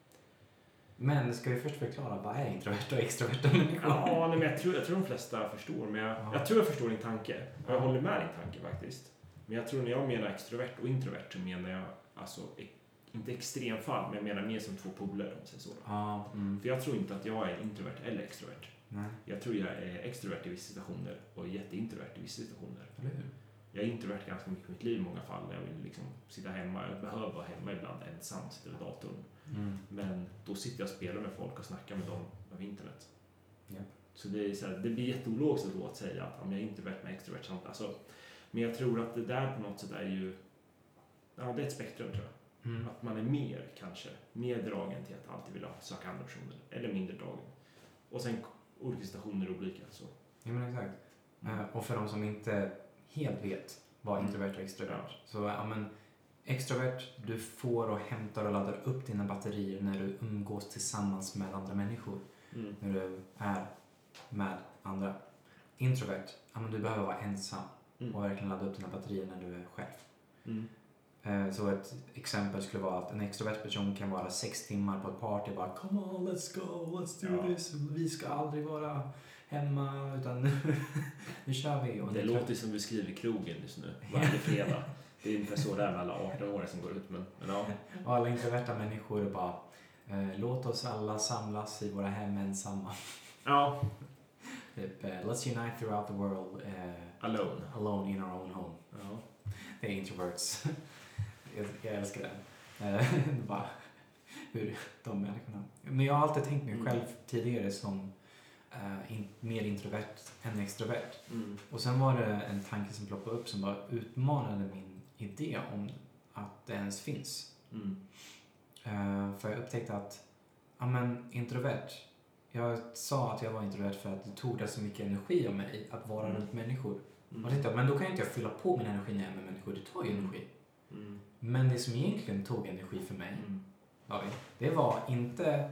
Men ska vi först förklara vad är introverta och extroverta människor? Ja, men jag tror, jag tror de flesta förstår. Men jag, ja. jag tror jag förstår din tanke. Och jag håller med din tanke faktiskt. Men jag tror när jag menar extrovert och introvert så menar jag alltså inte extremfall, men jag menar mer som två poler om man säger så. Ah, mm. För jag tror inte att jag är introvert eller extrovert. Nej. Jag tror jag är extrovert i vissa situationer och jätteintrovert i vissa situationer. Eller hur? Jag är introvert ganska mycket i mitt liv i många fall. Jag vill liksom sitta hemma, jag behöver vara hemma ibland ensam, sitta vid datorn. Mm. Men då sitter jag och spelar med folk och snackar med dem över internet. Yep. Så det, är så här, det blir jätteologiskt då att säga att om jag är introvert med extrovert samt. Alltså, men jag tror att det där på något sätt är ju, ja, det är ett spektrum tror jag. Mm. Att man är mer kanske, mer dragen till att alltid vilja söka andra personer. Eller mindre dragen. Och sen olika situationer är olika. Så. Ja men exakt. Mm. Uh, och för de som inte helt vet vad introvert och extrovert. Mm. Så ja men extrovert, du får och hämtar och laddar upp dina batterier när du umgås tillsammans med andra människor. Mm. När du är med andra. Introvert, ja men du behöver vara ensam. Mm. Och verkligen ladda upp dina batterier när du är själv. Mm. Uh, så ett exempel skulle vara att en extrovert person kan vara sex timmar på ett party. Bara come on, let's go, let's do ja. this. Vi ska aldrig vara hemma utan nu kör vi. Och det låter som vi skriver krogen just nu varje fredag. Det är ungefär så där med alla arton-åringar som går ut. Men, men ja. Och alla introverta människor är bara eh, låt oss alla samlas i våra hem ensamma. Ja. Typ, uh, let's unite throughout the world. Uh, alone. Alone in our own home. Ja. Det är introverts. jag, jag älskar det. Uh, bara hur de människorna. Men jag har alltid tänkt mig själv mm. tidigare som Uh, in, mer introvert än extrovert. Mm. Och sen var det en tanke som ploppade upp som bara utmanade min idé om att det ens finns. Mm. Uh, för jag upptäckte att ja, men, introvert, jag sa att jag var introvert för att det tog det så mycket energi av mig att vara mm. runt människor. Mm. Och tänkte, men då kan inte jag fylla på min energi när jag är med människor, det tar ju mm. energi. Mm. Men det som egentligen tog energi för mig mm. det var inte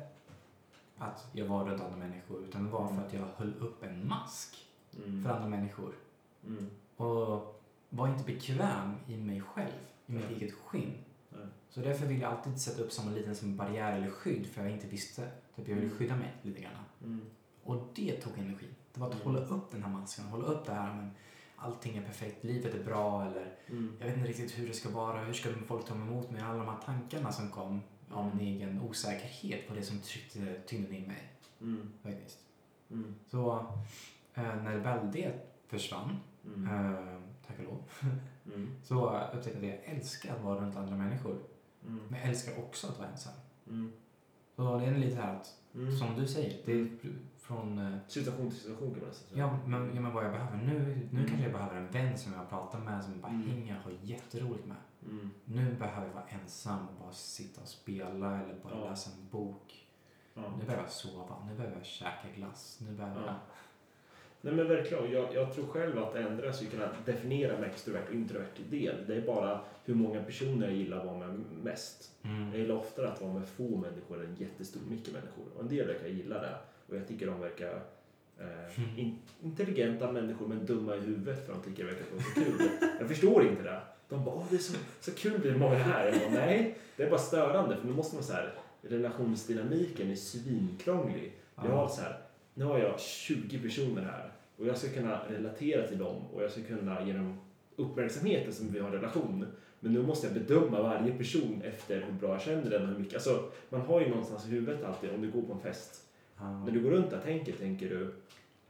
att jag var runt andra människor utan det var mm. för att jag höll upp en mask mm. för andra människor. Mm. Och var inte bekväm i mig själv, i mitt mm. eget skinn. Mm. Så därför ville jag alltid sätta upp som en liten som barriär eller skydd för jag inte visste. Typ jag ville skydda mig lite grann. Mm. Och det tog energi. Det var att mm. hålla upp den här masken, hålla upp det här men allting är perfekt, livet är bra eller mm. jag vet inte riktigt hur det ska vara, hur ska folk ta emot mig, alla de här tankarna som kom av min egen osäkerhet på det som tryckte tyngden i mig. Mm. Faktiskt. Mm. Så äh, när väl det försvann, mm. äh, tack och lov, mm. så upptäckte jag att jag älskar att vara runt andra människor. Mm. Men jag älskar också att vara ensam. Mm. Så det är lite här att, mm. som du säger, det är från... Äh, situation till situation kan man säga. Ja, men, ja, men vad jag behöver nu, nu mm. kanske jag behöver en vän som jag pratar med, som bara mm. hänger och har jätteroligt med. Mm. Nu behöver jag vara ensam och bara sitta och spela eller bara ja. läsa en bok. Ja. Nu behöver jag sova, nu behöver jag käka glass, nu behöver ja. jag... Nej men verkligen, jag, jag tror själv att det ändras ju kunna definiera med extrovert och introvert del. Det är bara hur många personer jag gillar att vara med mest. Mm. Jag gillar oftare att vara med få människor än jättestor mycket människor. Och en del verkar gilla det. Och jag tycker de verkar eh, mm. in, intelligenta människor men dumma i huvudet för de tycker det verkar vara så kul. Jag förstår inte det. De bara, åh det är så, så kul det är många här. Jag bara, nej, det är bara störande. För nu måste man så här, relationsdynamiken är svinkrånglig. Jag har så här, nu har jag tjugo personer här. Och jag ska kunna relatera till dem. Och jag ska kunna genom uppmärksamheten som vi har en relation. Men nu måste jag bedöma varje person efter hur bra jag känner den och hur mycket. Alltså, man har ju någonstans i huvudet alltid om du går på en fest. Mm. När du går runt där tänker, tänker du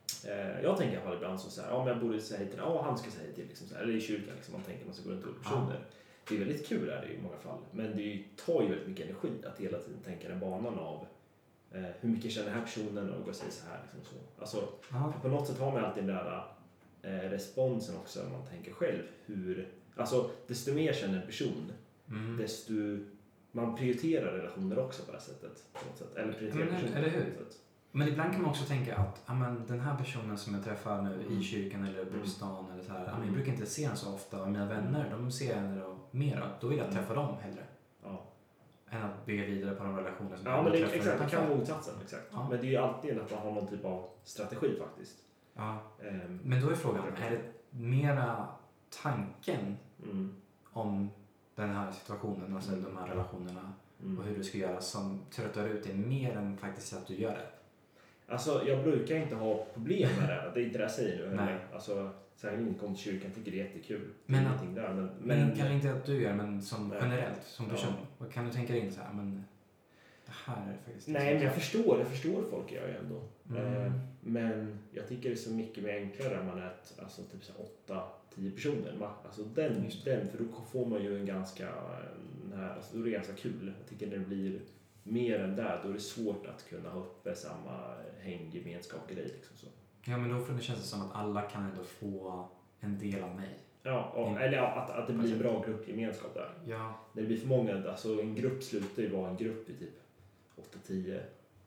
Eh, jag tänker i alla fall ibland så här, ja, om jag borde säga hej till ja, han ska säga hej till, liksom, så här, eller i kyrkan, liksom, man tänker att man ska gå runt och personer. Ja. Det är väldigt kul är det i många fall, men det tar ju väldigt mycket energi att hela tiden tänka den banan av eh, hur mycket känner den här personen och gå och säga så här. Liksom, så. Alltså, på något sätt har man alltid den där eh, responsen också, om man tänker själv hur, alltså desto mer känner en person, mm. desto man prioriterar relationer också på det sättet, på något sätt. Eller prioriterar men, personer eller hur? på något sätt. Men ibland kan man också tänka att amen, den här personen som jag träffar nu mm. i kyrkan eller i stan eller så här, amen, jag brukar inte se den så ofta, och mina vänner, de ser henne då mera, då vill jag träffa mm. dem hellre. Ja. Än att bygga vidare på de relationer som ja, jag men det, träffar. Exakt, det kan vara motsatsen, exakt. Ja. Men det är ju alltid att man har någon typ av strategi faktiskt. Ja. Um, men då är frågan, är det mera tanken mm. om den här situationen, alltså mm. de här relationerna mm. och hur du ska göra som tröttar ut dig mer än faktiskt att du gör det? Alltså, jag brukar inte ha problem med det. Det är inte det jag säger nu. Nej. Alltså, särskilt inte kom till kyrkan, tycker det är jättekul. Men, det där, men, men, men kanske inte att du gör, men som nej. generellt, som person. Ja. Kan du tänka dig in så här, men det här är faktiskt... Nej, men jag förstår, jag förstår folk gör ju ändå. Mm. Eh, men jag tycker det är så mycket mer enklare när man är ett, alltså, typ så åtta tio personer. Alltså den, den, för då får man ju en ganska, här, alltså, då är det ganska kul. Jag tycker när det blir mer än där, då är det svårt att kunna ha uppe samma hänggemenskap grej liksom så. Ja, men då får det kännas som att alla kan ändå få en del av mig. Ja, och, mm. eller ja, att, att det blir en bra gruppgemenskap där. Ja. När det blir för många, alltså en grupp slutar ju vara en grupp i typ åtta tio.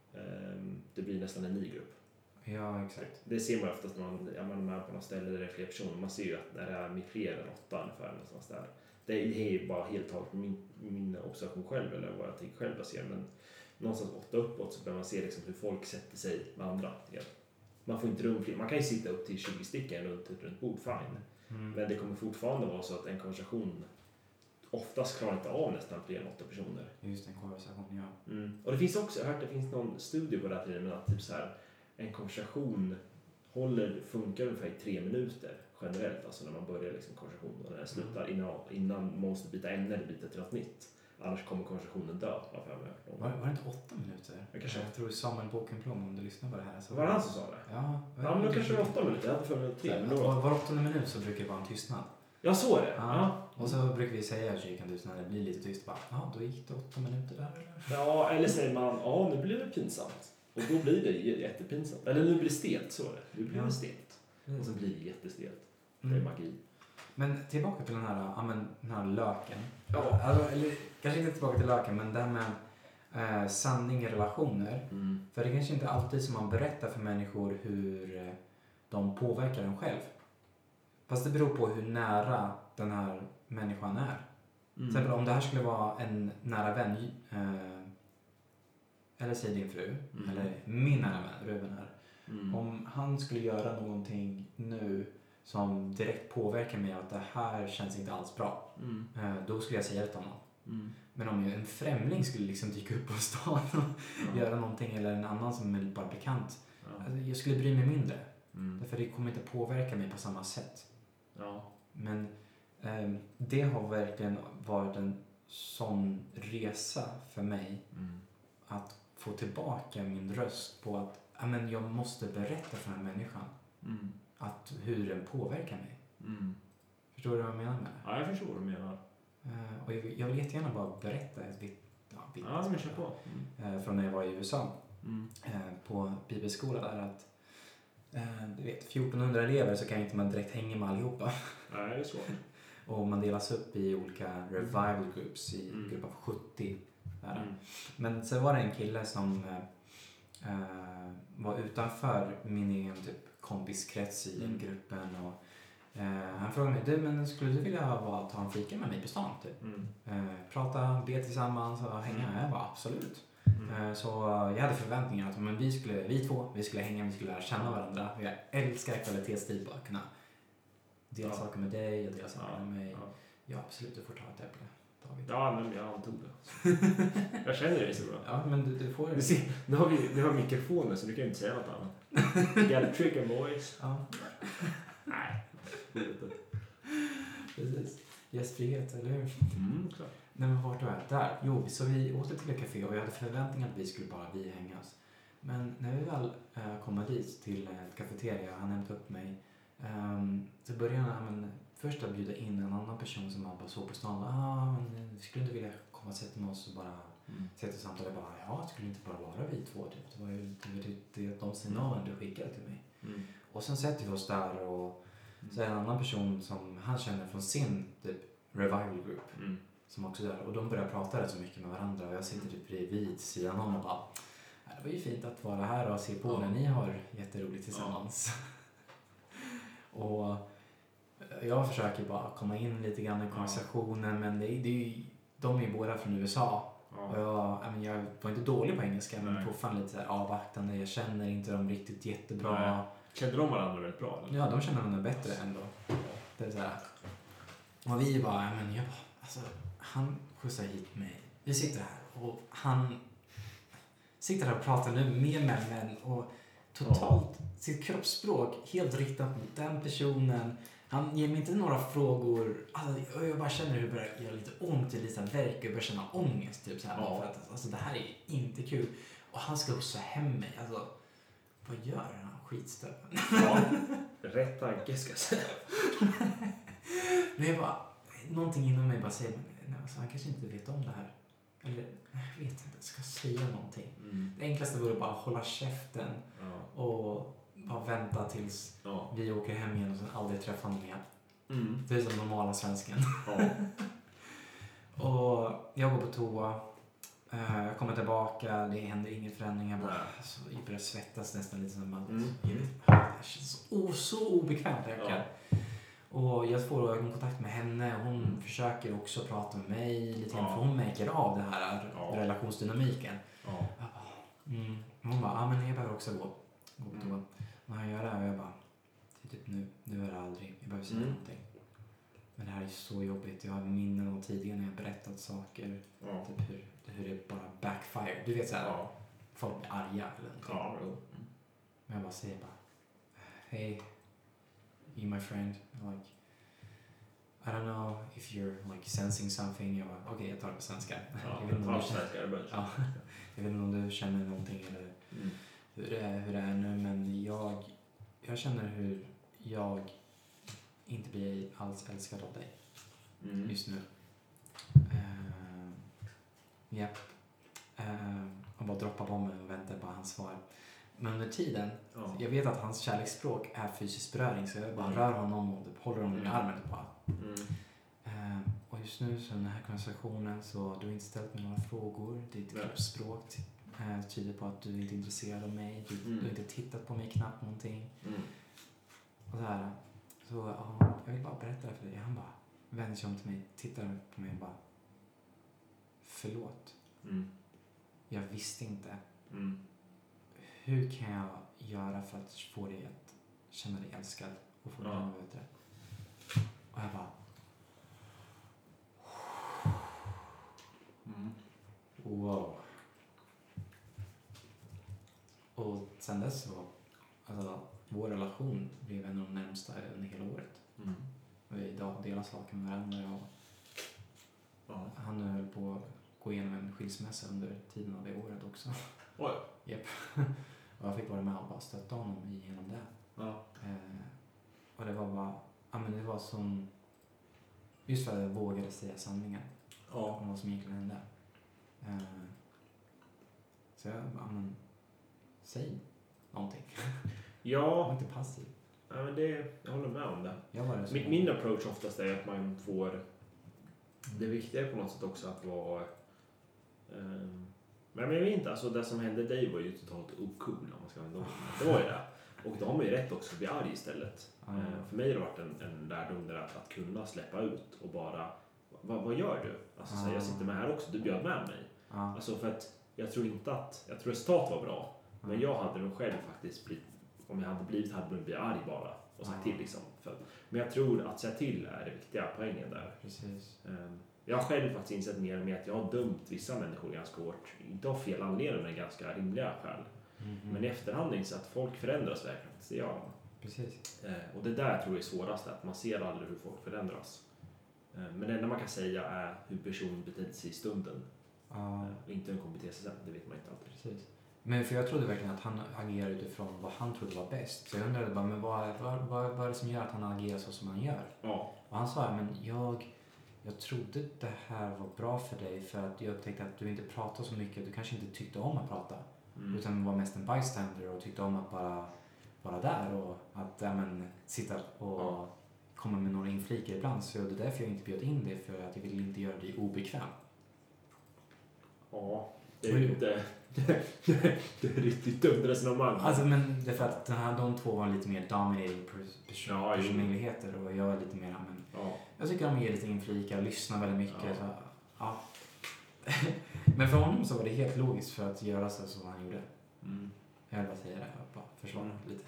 Um, det blir nästan en ny grupp. Ja, exakt. Det ser man oftast när man, ja, man är på något ställe där det är fler personer. Man ser ju att när det är fler än åtta ungefär någonstans där. Det är bara helt taget min, min observation själv, eller vad jag tycker själv jag ser. Men någonstans åtta uppåt så börjar man se liksom hur folk sätter sig med andra. Man får inte rum fler. Man kan ju sitta upp till tjugo stycken runt ett runt bord, fine. Mm. Men det kommer fortfarande vara så att en konversation oftast klarar inte av nästan fler än åtta personer. Just en konversation, ja. Mm. Och det finns också, jag har hört att det finns någon studie på det här tiden, men att typ så här, en konversation håller, funkar ungefär i tre minuter generellt, alltså när man börjar liksom konversationen och när den slutar, mm. innan, innan man måste byta ämne eller byta till något nytt. Annars kommer konversationen dö. Var, var det inte åtta minuter? Jag, kanske... jag tror Samuel Bokenblom, om du lyssnar på det här. Så... Var det han som sa det? Ja. Ja, men då kanske det var åtta minuter. Jag hade för mig tre. Men var, var åttonde minut så brukar det vara en tystnad. Ja, så är det. Ja. Ja. Och så brukar vi säga att kyrkan när det blir lite tyst. Bara, ja, då gick det åtta minuter där. Eller? Ja, eller säger man, ja, nu blir det pinsamt. Och då blir det jättepinsamt. Eller nu blir det stelt, så är det. Nu blir det ja. stelt. Och så blir det jättestelt. Mm. Det är magi. Men tillbaka till den här, ja, men, den här löken. Ja. Alltså, eller, kanske inte tillbaka till löken, men det här med eh, sanning i relationer. Mm. För det är kanske inte alltid som man berättar för människor hur eh, de påverkar en själv. Fast det beror på hur nära den här människan är. Mm. Till exempel om det här skulle vara en nära vän, eh, eller säg din fru, mm. eller min nära vän, Ruben här. Mm. Om han skulle göra någonting nu som direkt påverkar mig att det här känns inte alls bra. Mm. Då skulle jag säga det till honom. Mm. Men om en främling skulle liksom dyka upp på stan och ja. göra någonting, eller en annan som är bara bekant. Ja. Alltså jag skulle bry mig mindre. Mm. Därför det kommer inte påverka mig på samma sätt. Ja. Men eh, det har verkligen varit en sån resa för mig. Mm. Att få tillbaka min röst på att amen, jag måste berätta för den här människan. Mm. Att hur den påverkar mig. Mm. Förstår du vad jag menar med det? Ja, jag förstår vad du menar. Uh, och jag vill, jag vill jättegärna bara berätta ett vitt, ja, vitt, ja, men kör på. Mm. Uh, från när jag var i U S A. Mm. Uh, på bibelskola där att uh, du vet, fjortonhundra elever så kan inte man direkt hänga med allihopa. Nej, det är svårt. Och man delas upp i olika revival groups i mm. grupp av sjuttio. Där. Mm. Men så var det en kille som uh, var utanför min egen typ kompiskrets i den gruppen och eh, han frågade mig, du, men skulle du vilja vara, ta en fika med mig på stan typ? Mm. Eh, prata, be tillsammans och hänga? Mm. Jag bara, absolut. Mm. Eh, så jag hade förväntningar att men vi, skulle, vi två, vi skulle hänga, vi skulle lära känna varandra. Jag älskar kvalitetstid, bara kunna dela ja. saker med dig, jag delar saker ja. med mig. Ja. ja, absolut, du får ta ett äpple. David. Ja, men jag tog det. Jag känner dig så bra. Ja, men du, du får... Du ser, nu har vi, nu har mikrofoner så du kan ju inte säga något annat. Get trick and boys. Ja. Nej. Precis. Gästfrihet, eller hur? Mm, klart. Nej, men vart du är? Där. Jo, så vi åkte till ett café och jag hade förväntningar att vi skulle bara vi hängas. Men när vi väl äh, kommer dit till äh, kafeteria och han hämtade upp mig. Um, så började han men, först att bjuda in en annan person som han bara såg på stan. Ah, men skulle inte vilja komma och sätta med oss och bara mm. sätta och samtala. Jag bara, ja, det skulle inte bara vara vi två. Typ. Det var ju det, det, de signalerna du skickade till mig. Mm. Och sen sätter vi oss där och mm. så är en annan person som han känner från sin typ revival group. Mm. Som också där. Och de börjar prata rätt så mycket med varandra. Och jag sitter typ bredvid sidan om och bara, det var ju fint att vara här och se på ja. När ni har jätteroligt tillsammans. Ja. Och jag försöker bara komma in lite grann i konversationen ja. Men det, det är ju, de är ju båda från U S A. Ja. Och jag, jag, men jag var inte dålig på engelska men fortfarande lite så här avvaktande. Jag känner inte dem riktigt jättebra. Nej. Kände de varandra väldigt bra? Eller? Ja, de känner varandra bättre ändå. Det är så här. Och vi bara, ja, men jag bara, alltså, han skjutsar hit mig. Vi sitter här och han sitter här och pratar nu med män och totalt ja. Sitt kroppsspråk helt riktat mot den personen. Han ger mig inte några frågor. Alltså, jag bara känner hur det börjar göra lite ont i lite verk och börjar känna ångest. Typ, så här, ja. För att, alltså, det här är inte kul. Och han ska också hem mig. Alltså, vad gör han? Skitstöpen. Ja, rätt tanke ska jag säga. Men jag bara, någonting inom mig bara säger, nej, alltså, han kanske inte vet om det här. Eller, jag vet inte, jag ska säga någonting. Mm. Det enklaste vore bara hålla käften ja. Och bara vänta tills ja. Vi åker hem igen och sen aldrig träffa honom igen. Mm. Det är som normala svensken. Ja. Och jag går på toa. Jag kommer tillbaka, det händer ingen förändring. Jag, bara, alltså, jag börjar svettas nästan lite som att mm. det känns så, så obekvämt. Ja. Och jag får kontakt med henne och hon mm. försöker också prata med mig lite grann. Ja. För hon märker av det här ja. Relationsdynamiken. Ja. Jag bara, mm. Hon bara, ja men jag behöver också gå. gå på toa. När jag gör det här och jag bara, det är typ nu, nu är det aldrig. Jag behöver säga mm. någonting. Men det här är så jobbigt. Jag har minnen av tidigare när jag berättat saker. Ja. Typ hur, hur det bara backfire. Du vet såhär, ja. Folk blir arga eller någonting. Ja, mm. Men jag bara säger bara, hey, you my friend. Like, I don't know if you're like sensing something. Jag bara, okej, okay, jag tar det på svenska. Ja, jag vet inte om du känner, ja, jag vet inte om du känner någonting eller mm. hur, det är, hur det är nu. Men jag, jag känner hur jag inte blir alls älskad av dig mm. just nu. Uh, ja. Uh, och bara droppar på mig och väntar på hans svar. Men under tiden, oh. jag vet att hans kärleksspråk är fysisk beröring så jag bara mm. rör honom och typ håller honom i armen och bara. Mm. Uh, och just nu så den här konversationen så du har inte ställt mig några frågor. Ditt kroppsspråk uh, tyder på att du inte är intresserad av mig. Du, mm. du har inte tittat på mig knappt någonting. Mm. Och så här. Så ja, jag vill bara berätta det för dig. Han bara vänder sig om till mig, tittar på mig och bara förlåt. Mm. Jag visste inte. Mm. Hur kan jag göra för att få dig att känna dig älskad och få dig att veta det? Och jag bara mm. wow. Och sen dess så alltså, vår relation blev en av de närmsta under hela året. Mm. Vi idag delar saker med varandra och ja. Han höll på att gå igenom en skilsmässa under tiden av det året också. Oj. Japp. Och jag fick vara med och bara stötta honom igenom det. Ja. Eh, och det var bara, ja men det var som, just för att jag vågade säga sanningen. Ja. Om vad som egentligen hände. Eh, så jag bara, men säg någonting. Ja. Jag var inte passiv. Ja, men det, jag håller med om det. Jag var det min, min approach oftast är att man får mm. det viktiga på något sätt också att vara um, men jag vet inte, alltså det som hände dig var ju totalt ocool om man ska vara det var ju det. Och då har man ju rätt också att bli arg istället. Mm. Uh, för mig har det varit en, en lärdom där att, att kunna släppa ut och bara vad, vad gör du? Alltså mm. så jag sitter med här också, du bjöd med mig. Mm. Alltså för att jag tror inte att, jag tror resultat var bra. Mm. Men jag hade nog själv faktiskt blivit, om jag hade blivit hade jag blivit arg bara och sagt mm. till liksom. För, men jag tror att säga till är det viktiga poängen där. Precis. Um, jag har själv faktiskt insett mer och mer att jag har dömt vissa människor ganska hårt. Inte av fel anledning men ganska rimliga skäl. Mm-hmm. Men i efterhand inser att folk förändras verkligen. Det gör de. Precis. Uh, och det där tror jag är svårast, att man ser aldrig hur folk förändras. Uh, men det enda man kan säga är hur personen betedde sig i stunden. Uh. Uh, inte hur de kommer bete sig sen, det vet man inte alltid. Precis. Men för jag trodde verkligen att han agerade utifrån vad han trodde var bäst. Så jag undrade bara, men vad, vad, vad, vad är det som gör att han agerar så som han gör? Ja. Och han sa, men jag, jag trodde det här var bra för dig för att jag tänkte att du inte pratar så mycket. Du kanske inte tyckte om att prata. Mm. Utan var mest en bystander och tyckte om att bara vara där och att ja, men, sitta och ja. komma med några inflikar ibland. Så det är därför jag inte bjöd in dig, för att jag vill inte göra dig obekväm. Ja, det är ju inte... det är riktigt dumt resonemang. Alltså, men det är för att den här, de två var lite mer dominating person, ja, personligheter och jag är lite mer, men ja. Jag tycker de ger lite inflikar och lyssnar väldigt mycket. Ja. Så, ja. Men för honom så var det helt logiskt för att göra så som han gjorde. Mm. Jag vill bara säga det, jag bara försvara mm. lite.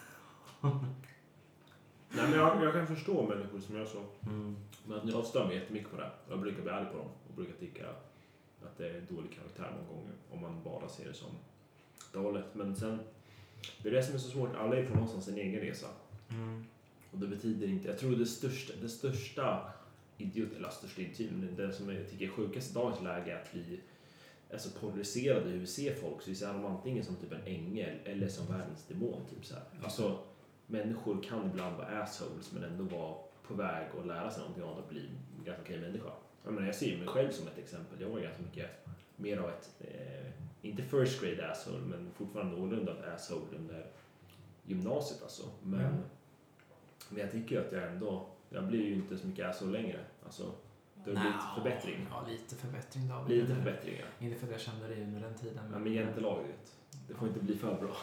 Nej, men jag, jag kan förstå människor som jag så. Mm. Men jag stör mig jättemycket på det. Jag brukar bli arg på dem och brukar tycka att det är dålig karaktär många gånger om man bara ser det som dåligt. Men sen, det är det som är så svårt. Alla är på någonstans en egen resa. Mm. Och det betyder inte, jag tror det största, det största idiot, eller största idiot, men det som jag tycker är sjukast i dagens läge är att vi är så polariserade i hur vi ser folk. Så vi ser dem antingen som typ en ängel eller som världens demon. Typ så här. Alltså, människor kan ibland vara assholes men ändå vara på väg att lära sig någonting av att bli en ganska okej människa. Jag menar, jag ser mig själv som ett exempel. Jag var ganska mycket mer av ett, eh, inte first grade asshole, men fortfarande någorlunda ett asshole under gymnasiet alltså. Men, mm. men jag tycker att jag ändå, jag blir ju inte så mycket asshole längre. Alltså, det har blivit förbättring. Ja, lite förbättring då. Lite förbättring, ja. Inte för att jag kände det under den tiden. Men, ja, men jantelaget, det får inte bli för bra.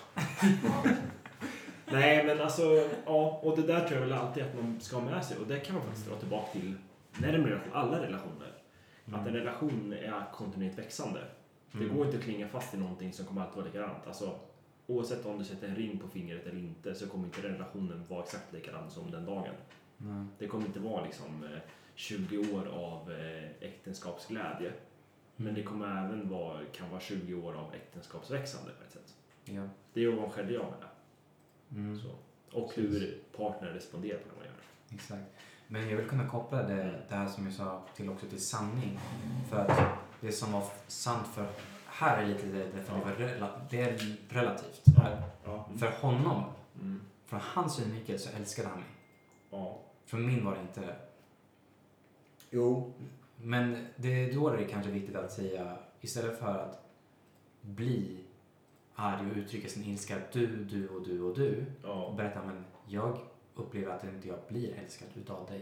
Nej, men alltså, ja, och det där tror jag väl alltid att man ska ha med sig. Och det kan man faktiskt dra tillbaka till närmare relation, alla relationer. Mm. Att en relation är kontinuerligt växande. Mm. Det går inte att klinga fast i någonting som kommer alltid vara likadant. Alltså, oavsett om du sätter en ring på fingret eller inte så kommer inte den relationen vara exakt likadan som den dagen. Mm. Det kommer inte vara liksom tjugo år av äktenskapsglädje. Mm. Men det kommer även vara, kan vara tjugo år av äktenskapsväxande på ett sätt. Ja. Det är vad man själv gör med det. Mm. Så. Och hur partner responderar på det man gör. Exakt. Men jag vill kunna koppla det, det här som jag sa till också till sanning. För att det som var sant för här är lite det, det, för ja. det, var rela, det är relativt. Ja. Ja. Mm. För honom, mm. från hans synvinkel så älskade han mig. Ja. Från min var det inte det. Jo. Men det, då är det kanske viktigt att säga, istället för att bli arg och uttrycka sin ilska, du, du och du och du. Ja. Berätta, men jag upplever att inte jag blir älskad utav dig.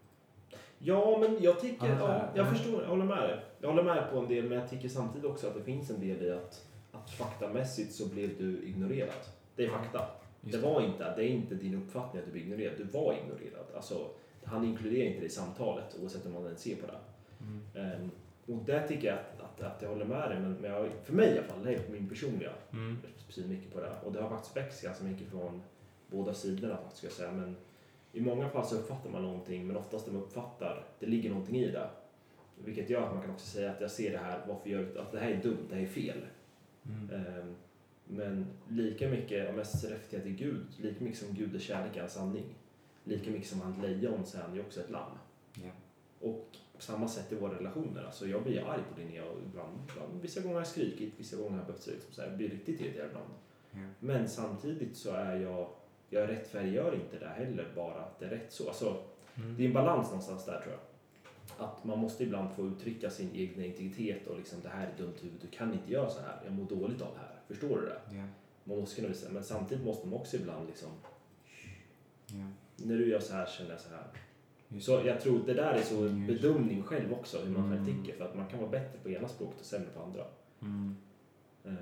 Ja, men jag tycker, ja, ja, jag förstår, jag håller med dig. Jag håller med på en del, men jag tycker samtidigt också att det finns en del i att, att faktamässigt så blev du ignorerad. Det är fakta. Just det var inte, det är inte din uppfattning att du blev ignorerad. Du var ignorerad. Alltså, han inkluderar inte det i samtalet, oavsett om man ens ser på det. Mm. Um, och där tycker jag att, att, att jag håller med dig, men, men jag, för mig i alla fall, det är min personliga mm. precis mycket på det. Och det har faktiskt växt ganska mycket från båda sidorna faktiskt, ska jag säga. Men i många fall så uppfattar man någonting, men oftast de uppfattar, det ligger någonting i det. Vilket gör att man kan också säga att jag ser det här, varför gör jag, att det här är dumt, det här är fel. Mm. Um, men lika mycket, om jag reflekterar till Gud, lika mycket som Gud är kärlek är sanning. Lika mycket som han lejon så är han ju också ett lamm. Yeah. Och på samma sätt i våra relationer. Alltså jag blir arg på Linnea och ibland, ibland vissa gånger har jag skrikit, vissa gånger har jag behövt liksom så här, blir riktigt irriterad ibland. Yeah. Men samtidigt så är jag, jag är rättfärdiggör inte det heller, bara att det är rätt så. Alltså, mm. det är en balans någonstans där tror jag. Att man måste ibland få uttrycka sin egen integritet och liksom det här är dumt huvud, du kan inte göra så här, jag mår dåligt av det här. Förstår du det? Yeah. Man måste kunna visa, men samtidigt måste man också ibland liksom yeah. när du gör så här känner jag så här. Just så jag tror det där är så en bedömning själv också, hur man mm. själv tycker, för att man kan vara bättre på ena språket och sämre på andra. Mm. Um,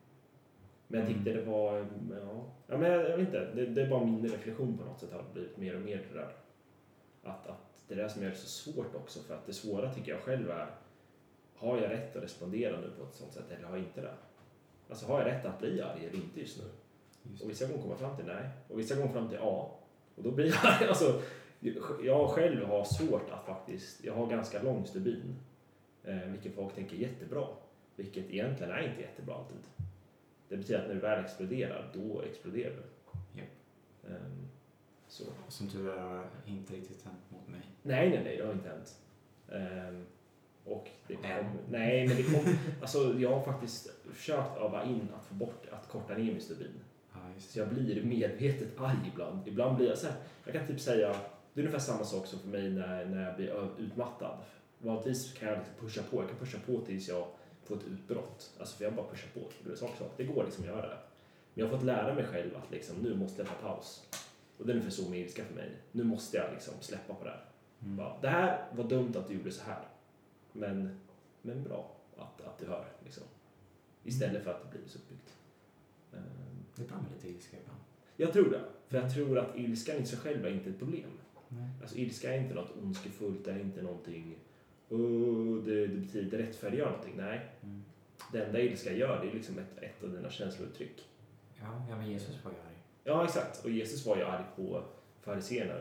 men jag tyckte det var, ja, ja men jag, jag vet inte, det, det är bara min reflektion på något sätt har blivit mer och mer det där. Att, att det där som gör det så svårt också, för att det svåra tycker jag själv är, har jag rätt att respondera nu på ett sånt sätt eller har jag inte det? Alltså har jag rätt att bli arg eller inte just nu? Just och vissa gånger kommer fram till nej, och vissa gånger fram till ja. Och då blir jag, alltså, jag själv har svårt att faktiskt, jag har ganska lång stubin. Eh, vilket folk tänker är jättebra. Vilket egentligen är inte jättebra alltid. Det betyder att när du väl exploderar, då exploderar du. Yep. Um, så. Som tur är inte riktigt hänt mot mig. Nej, nej, nej, det har inte hänt. Um, Och det kom, nej, men det kom, alltså jag har faktiskt försökt öva in att få bort, att korta ner min stubin. Ja, just. Så jag blir medvetet arg ibland. Ibland blir jag så här, jag kan typ säga, det är ungefär samma sak som för mig när, när jag blir utmattad. Vanligtvis kan jag liksom pusha på, jag kan pusha på tills jag får ett utbrott. Alltså för jag bara pushar på, det är sak, sak. Det går liksom att göra det. Men jag har fått lära mig själv att liksom, nu måste jag ta paus. Och det är ungefär så med ilska för mig. Nu måste jag liksom släppa på det här. Mm. Bara, det här var dumt att du gjorde så här. Men, men bra att, att du hör. Liksom. Istället mm. för att det blir så uppbyggt. Um, det är bra med lite ilska ibland. Jag tror det. För jag tror att ilskan i sig själv är inte ett problem. Nej. Alltså ilska är inte något ondskefullt. Det är inte någonting... Oh, det, det betyder det rättfärdiggör någonting. Nej. Mm. Det enda ilska gör det är liksom ett, ett av dina känslouttryck. Ja, ja, men Jesus var ju arg. Ja, exakt. Och Jesus var ju arg på fariséerna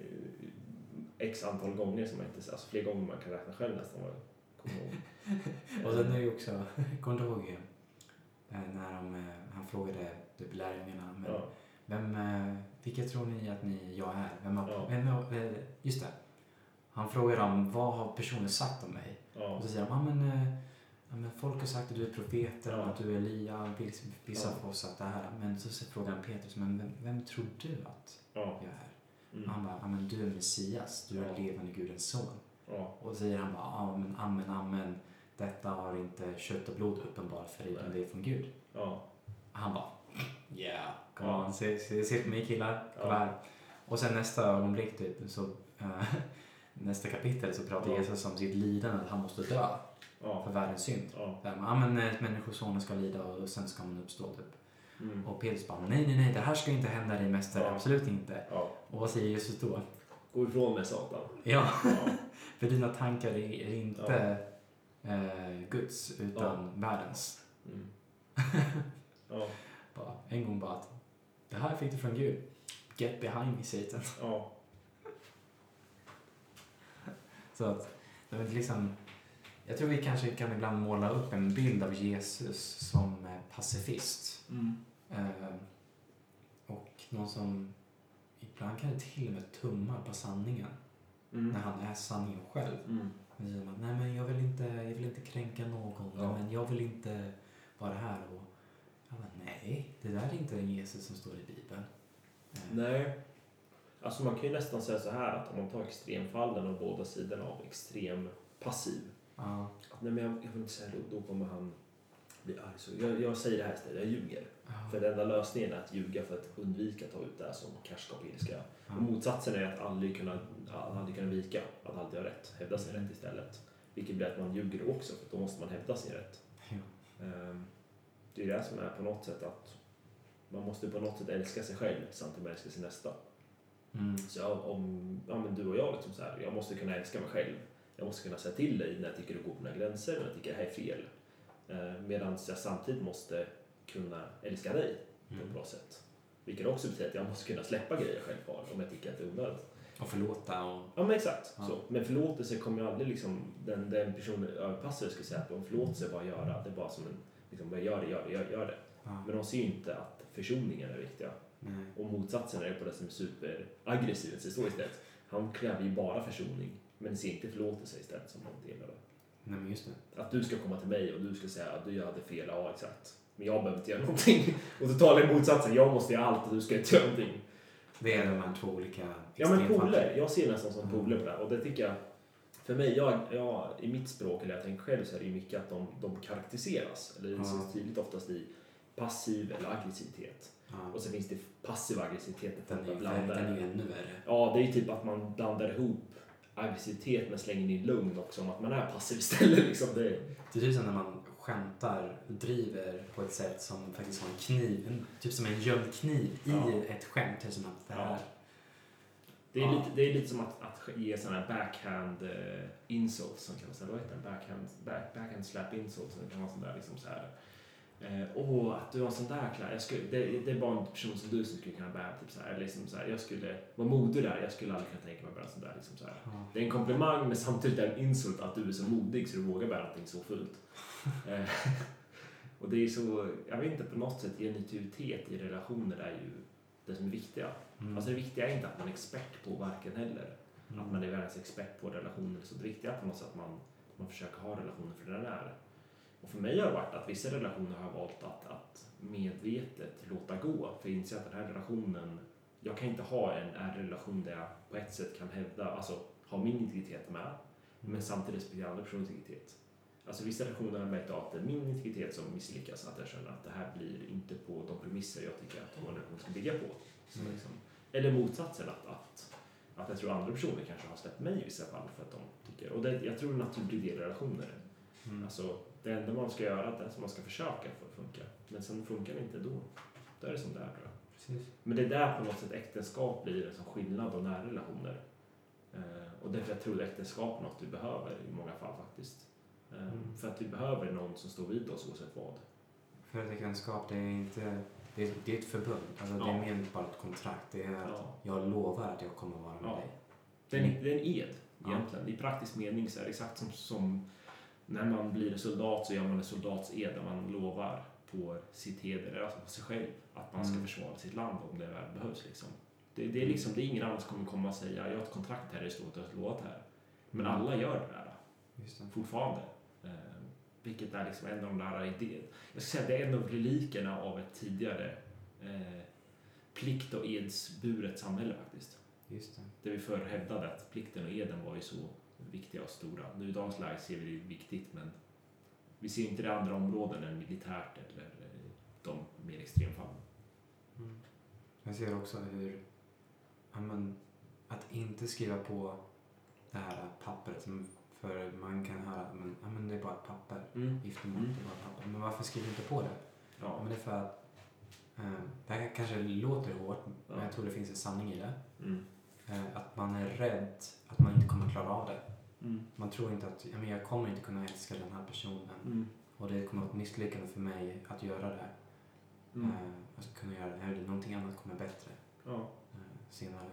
x antal gånger som man inte, alltså fler gånger man kan räkna själv nästan. Och sen är det ju också, kommer du ihåg när de, han frågade typ lärjungarna, men ja. vem, vilka tror ni att ni, jag är? Vem, ja. vem, just det. Han frågar dem, vad har personen sagt om mig? Ja. Och så säger de, ja men, ja, men folk har sagt att du är profeten, ja. att du är Elia, vissa ja. har sagt det här. Men så frågar han Petrus, men vem, vem tror du att ja. jag är? Mm. Han bara, ja men du är Messias, du är ja. levande Gudens son. Ja. Och så säger han bara, ja men amen, amen, detta har inte kött och blod uppenbart för dig, utan det är från Gud. Ja. Han bara, yeah, come ja. on, se, se, se på mig killar, kom ja. här. Och sen nästa ögonblick typ, så, uh, nästa kapitel så pratar ja. Jesus om sitt lidande, att han måste dö ja. för världens synd. Ja. Där man, ja men människosonen ska lida och sen ska man uppstå typ. Mm. Och Petrus bara, nej nej nej, det här ska inte hända dig mästare, ja. absolut inte. Ja. Och vad säger Jesus då? Gå ifrån med Satan. Ja, ja. För dina tankar är, är inte ja. eh, Guds utan ja. världens. Mm. ja. bara, en gång bara att det här fick du från Gud. Get behind me, Satan. Ja. Så att det är liksom, jag tror vi kanske kan ibland måla upp en bild av Jesus som pacifist. Mm. Eh, och någon som ibland kan det till och med tummar på sanningen. Mm. När han är sanningen själv. Mm. Han säger att, nej men jag vill inte, jag vill inte kränka någon. Ja. Men jag vill inte vara här. Och jag bara, nej, det där är inte en Jesus som står i Bibeln. Eh. Nej. Alltså man kan ju nästan säga så här att om man tar extremfallen och båda sidorna av extrem passiv. Ja. Att, nej men jag, jag vill inte säga då, då kommer han bli arg. Så jag, jag säger det här istället, jag ljuger. Ja. För den enda lösningen är att ljuga för att undvika att ta ut det här som kärskap och ilska. Ja. Och motsatsen är att aldrig kunna, aldrig kunna vika, att alltid ha rätt, hävda sin mm. rätt istället. Vilket blir att man ljuger också, för då måste man hävda sin rätt. Ja. Um, det är det som är på något sätt att man måste på något sätt älska sig själv samtidigt med älska sin nästa. Mm. Så om ja, men du och jag liksom så här, jag måste kunna älska mig själv. Jag måste kunna säga till dig när jag tycker du går på mina gränser, när jag tycker det här är fel. Uh, medan jag samtidigt måste kunna älska dig mm. på ett bra sätt. Vilket också betyder att jag måste kunna släppa grejer själv kvar om jag tycker att det är onödigt. Och förlåta. Och... Ja men exakt. Ja. Så. Men förlåtelse kommer ju aldrig liksom, den, den personen överpassare skulle säga att en förlåtelse är bara att göra. Det är bara som en, liksom, bara gör det, gör det, gör, gör det. Ja. Men de ser ju inte att försoningen är viktiga. Nej. Och motsatsen är på det som är superaggressiv istället. Han kräver ju bara försoning, men ser inte förlåtelse istället som någon del av det. Nej men just det. Att du ska komma till mig och du ska säga att du gör det fel, ja exakt. Men jag behöver inte göra någonting. Och totalt är motsatsen, jag måste göra allt och du ska inte göra någonting. Det är de här två olika... Ja men poler, jag ser nästan som poler på det. Och det tycker jag, för mig, jag, jag, i mitt språk, eller jag tänker själv, så är det ju mycket att de, de karaktäriseras. Eller det är så tydligt oftast i passiv eller aggressivitet. Ja. Och så finns det passiv aggressivitet. Den är, blandar, den är ju ännu värre. Ja, det är ju typ att man blandar ihop aggressivitet med slänger in lugn också, om att man är passiv istället. Liksom. Det är det är typ som när man skämtar och driver på ett sätt som faktiskt har en kniv, en, typ som en gömd kniv i ja. ett skämt. Det är som att det här... Ja. Det är, ja. lite, det är lite som att, att ge sådana här backhand uh, insults, som kan man säga, vad heter det? Backhand, back, backhand slap insults, som kan vara sån där liksom så här. Åh, uh, oh, att du har en sån där kläder. Jag skulle, det, det är bara en person som du som skulle kunna bära typ så här, liksom så här, jag skulle vara modig där, jag skulle aldrig kunna tänka mig att bära sån där liksom så här. Ja. Det är en komplimang, men samtidigt är en insult att du är så modig så du vågar bära någonting så fullt. Och det är så, jag vet inte, på något sätt genuinitet i relationer är ju det som är viktiga. Mm. Alltså det viktiga är inte att man är expert på varken heller. Mm. Att man är världens expert på relationer. Så det viktiga är på något sätt att man man försöker ha relationer för den är. Och för mig har det varit att vissa relationer har valt att, att medvetet låta gå. För jag inser att den här relationen, jag kan inte ha en R-relation där jag på ett sätt kan hävda, alltså ha min integritet med, men samtidigt respektera andra personers integritet. Alltså vissa relationer har märkt att det är min integritet som misslyckas, att jag känner att det här blir inte på de premisser jag tycker att vår relation ska bygga på. Mm. Liksom, eller motsatsen, att, att, att jag tror andra personer kanske har släppt mig i vissa fall för att de tycker, och det, jag tror det är en naturlig del i relationer. Mm. Alltså, det enda man ska göra är att man ska försöka för att funka. Men sen funkar det inte då. Då är det som det är, tror jag. Precis. Men det är där på något sätt äktenskap blir en sån skillnad och nära relationer. Eh, och därför jag tror att äktenskap är något du behöver i många fall faktiskt. Eh, mm. För att vi behöver någon som står vid oss oavsett vad. För ett äktenskap, det är inte... Det är, det är ett förbund. Alltså, ja. Det är mer än bara ett kontrakt. Det är att ja. Jag lovar att jag kommer vara med ja. dig. Det är, en, det är en ed egentligen. Ja. I praktisk mening så är det exakt som... som när man blir en soldat så gör man en soldatsed där man lovar på sitt heder, alltså på sig själv, att man ska mm. försvara sitt land om det väl behövs. Liksom. Det, det, är liksom, det är ingen annan som kommer komma och säga jag har ett kontrakt här, det står att jag har lovat här. Men mm. alla gör det där Just det. fortfarande. Eh, vilket är liksom en av de där idéerna. Jag ska säga att det är en av relikerna av ett tidigare eh, plikt- och edsburet samhälle faktiskt. Just det. Där vi förr hävdade att plikten och eden var ju så viktiga och stora. Nu i dagens läge ser vi det viktigt, men vi ser inte det andra områden än militärt eller de mer extremfallen. Mm. Jag ser också hur men, att inte skriva på det här pappret, för man kan höra men, men det är bara ett papper. Mm. Giftermål, mm. det är bara ett papper. Men varför skriver du inte på det? Ja. Men det är för att eh, det här kanske låter hårt, ja. Men jag tror det finns en sanning i det. Mm. Eh, att man är rädd att man inte kommer klara av det. Mm. Man tror inte att ja, men jag kommer inte kunna älska den här personen. Mm. Och det kommer att vara ett misslyckande för mig att göra det. Mm. Uh, att kunna göra det. Eller någonting annat kommer bättre ja. uh, senare.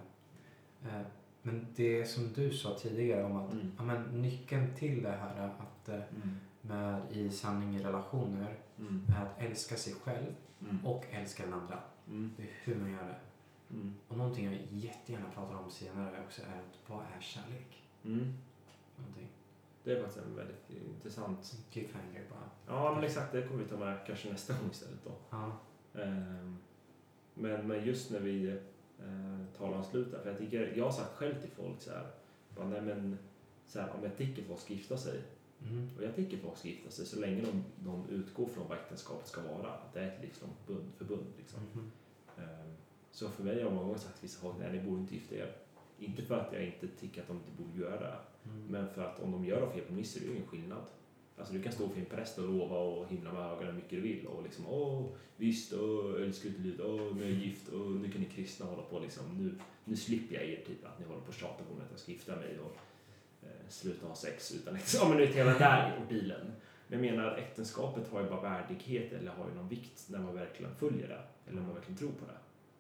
Uh, men det som du sa tidigare om att mm. ja, men nyckeln till det här att uh, mm. med i sanning i relationer mm. är att älska sig själv mm. och älska den andra. Mm. Det är hur man gör det. Mm. Och någonting jag jättegärna pratar om senare också är att vad är kärlek? Mm. Någonting. Det är faktiskt en väldigt intressant cliffhanger bara. Ja, men exakt. Det kommer vi ta med kanske nästa gång istället då. Ja. Um, men, men just när vi uh, talar om slut där, för jag tycker, jag har sagt själv till folk så här, bara, nej men så här, om jag tycker folk ska gifta sig mm. och jag tycker folk ska gifta sig så länge de, de utgår från vad äktenskapet ska vara, att det är ett livslångt bund, förbund liksom. Mm. Um, så för mig har jag många gånger sagt vissa folk, nej ni borde inte gifta er. Inte för att jag inte tycker att de inte borde göra det. Mm. Men för att om de gör av fel premisser är det ju ingen skillnad. Alltså du kan stå för en präst och lova och himla med ögonen hur mycket du vill. Och liksom, åh visst, åh älskar du livet, åh nu är jag gift, åh nu kan ni kristna hålla på liksom. Nu, nu slipper jag er typ att ni håller på och tjatar på mig att jag ska gifta mig och eh, sluta ha sex utan liksom, men nu är hela där i bilen. Men jag menar äktenskapet har ju bara värdighet eller har ju någon vikt när man verkligen följer det. Eller om man verkligen tror på det.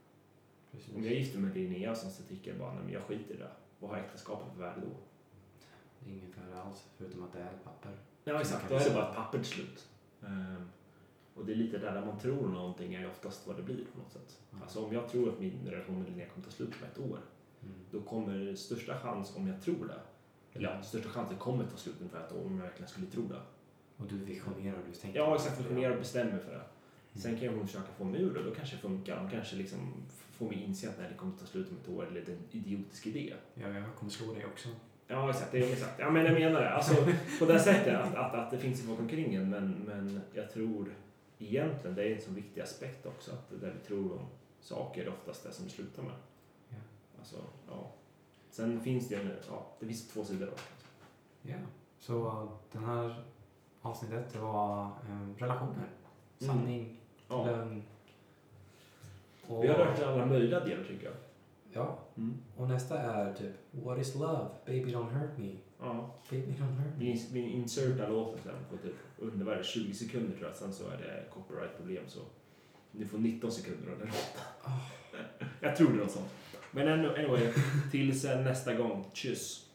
Precis. Om jag gifter mig med Linnea som så tycker jag bara, nej men jag skiter i det. Vad har äktenskapet för värde då? Det är ingen värde alls, förutom att det är ett papper. Ja exakt, då är det bara ett papper till slut. Um, och det är lite där, där man tror någonting är oftast vad det blir på något sätt. Mm. Alltså om jag tror att min relation med Linnea kommer ta slut på ett år. Mm. Då kommer största chans, om jag tror det. Eller ja, största chansen kommer ta slut för ett år om jag verkligen skulle tro det. Och du visionerar och du tänker... Ja exakt, visionerar och bestämmer för det. Sen kan hon försöka få mig ur det, då kanske det funkar. Hon kanske liksom får mig inse att nej, det kommer att ta slut om ett år, eller det är en idiotisk idé. Ja, jag kommer slå dig också. Ja, exakt. Det är exakt. Ja, men jag menar det. Alltså, på det sättet att, att, att det finns folk omkring en, men, men jag tror egentligen det är en så viktig aspekt också, att det där vi tror om saker är oftast det som vi slutar med. Ja. Alltså, ja. Sen finns det en, ja, det finns två sidor då. Ja, så den här avsnittet var eh, relationer. Sanning, mm. ja. Lön. Och... Vi har rört alla möjliga delar tycker jag. Ja, mm. Och nästa är typ What is love? Baby don't hurt me. Ja. Baby don't hurt me. Vi, vi insertar låten sen på typ under tjugo sekunder tror jag. Sen så är det copyright-problem så ni får nitton sekunder av den låten. Oh. Jag tror det var sånt. Men anyway, tills nästa gång. Tjus!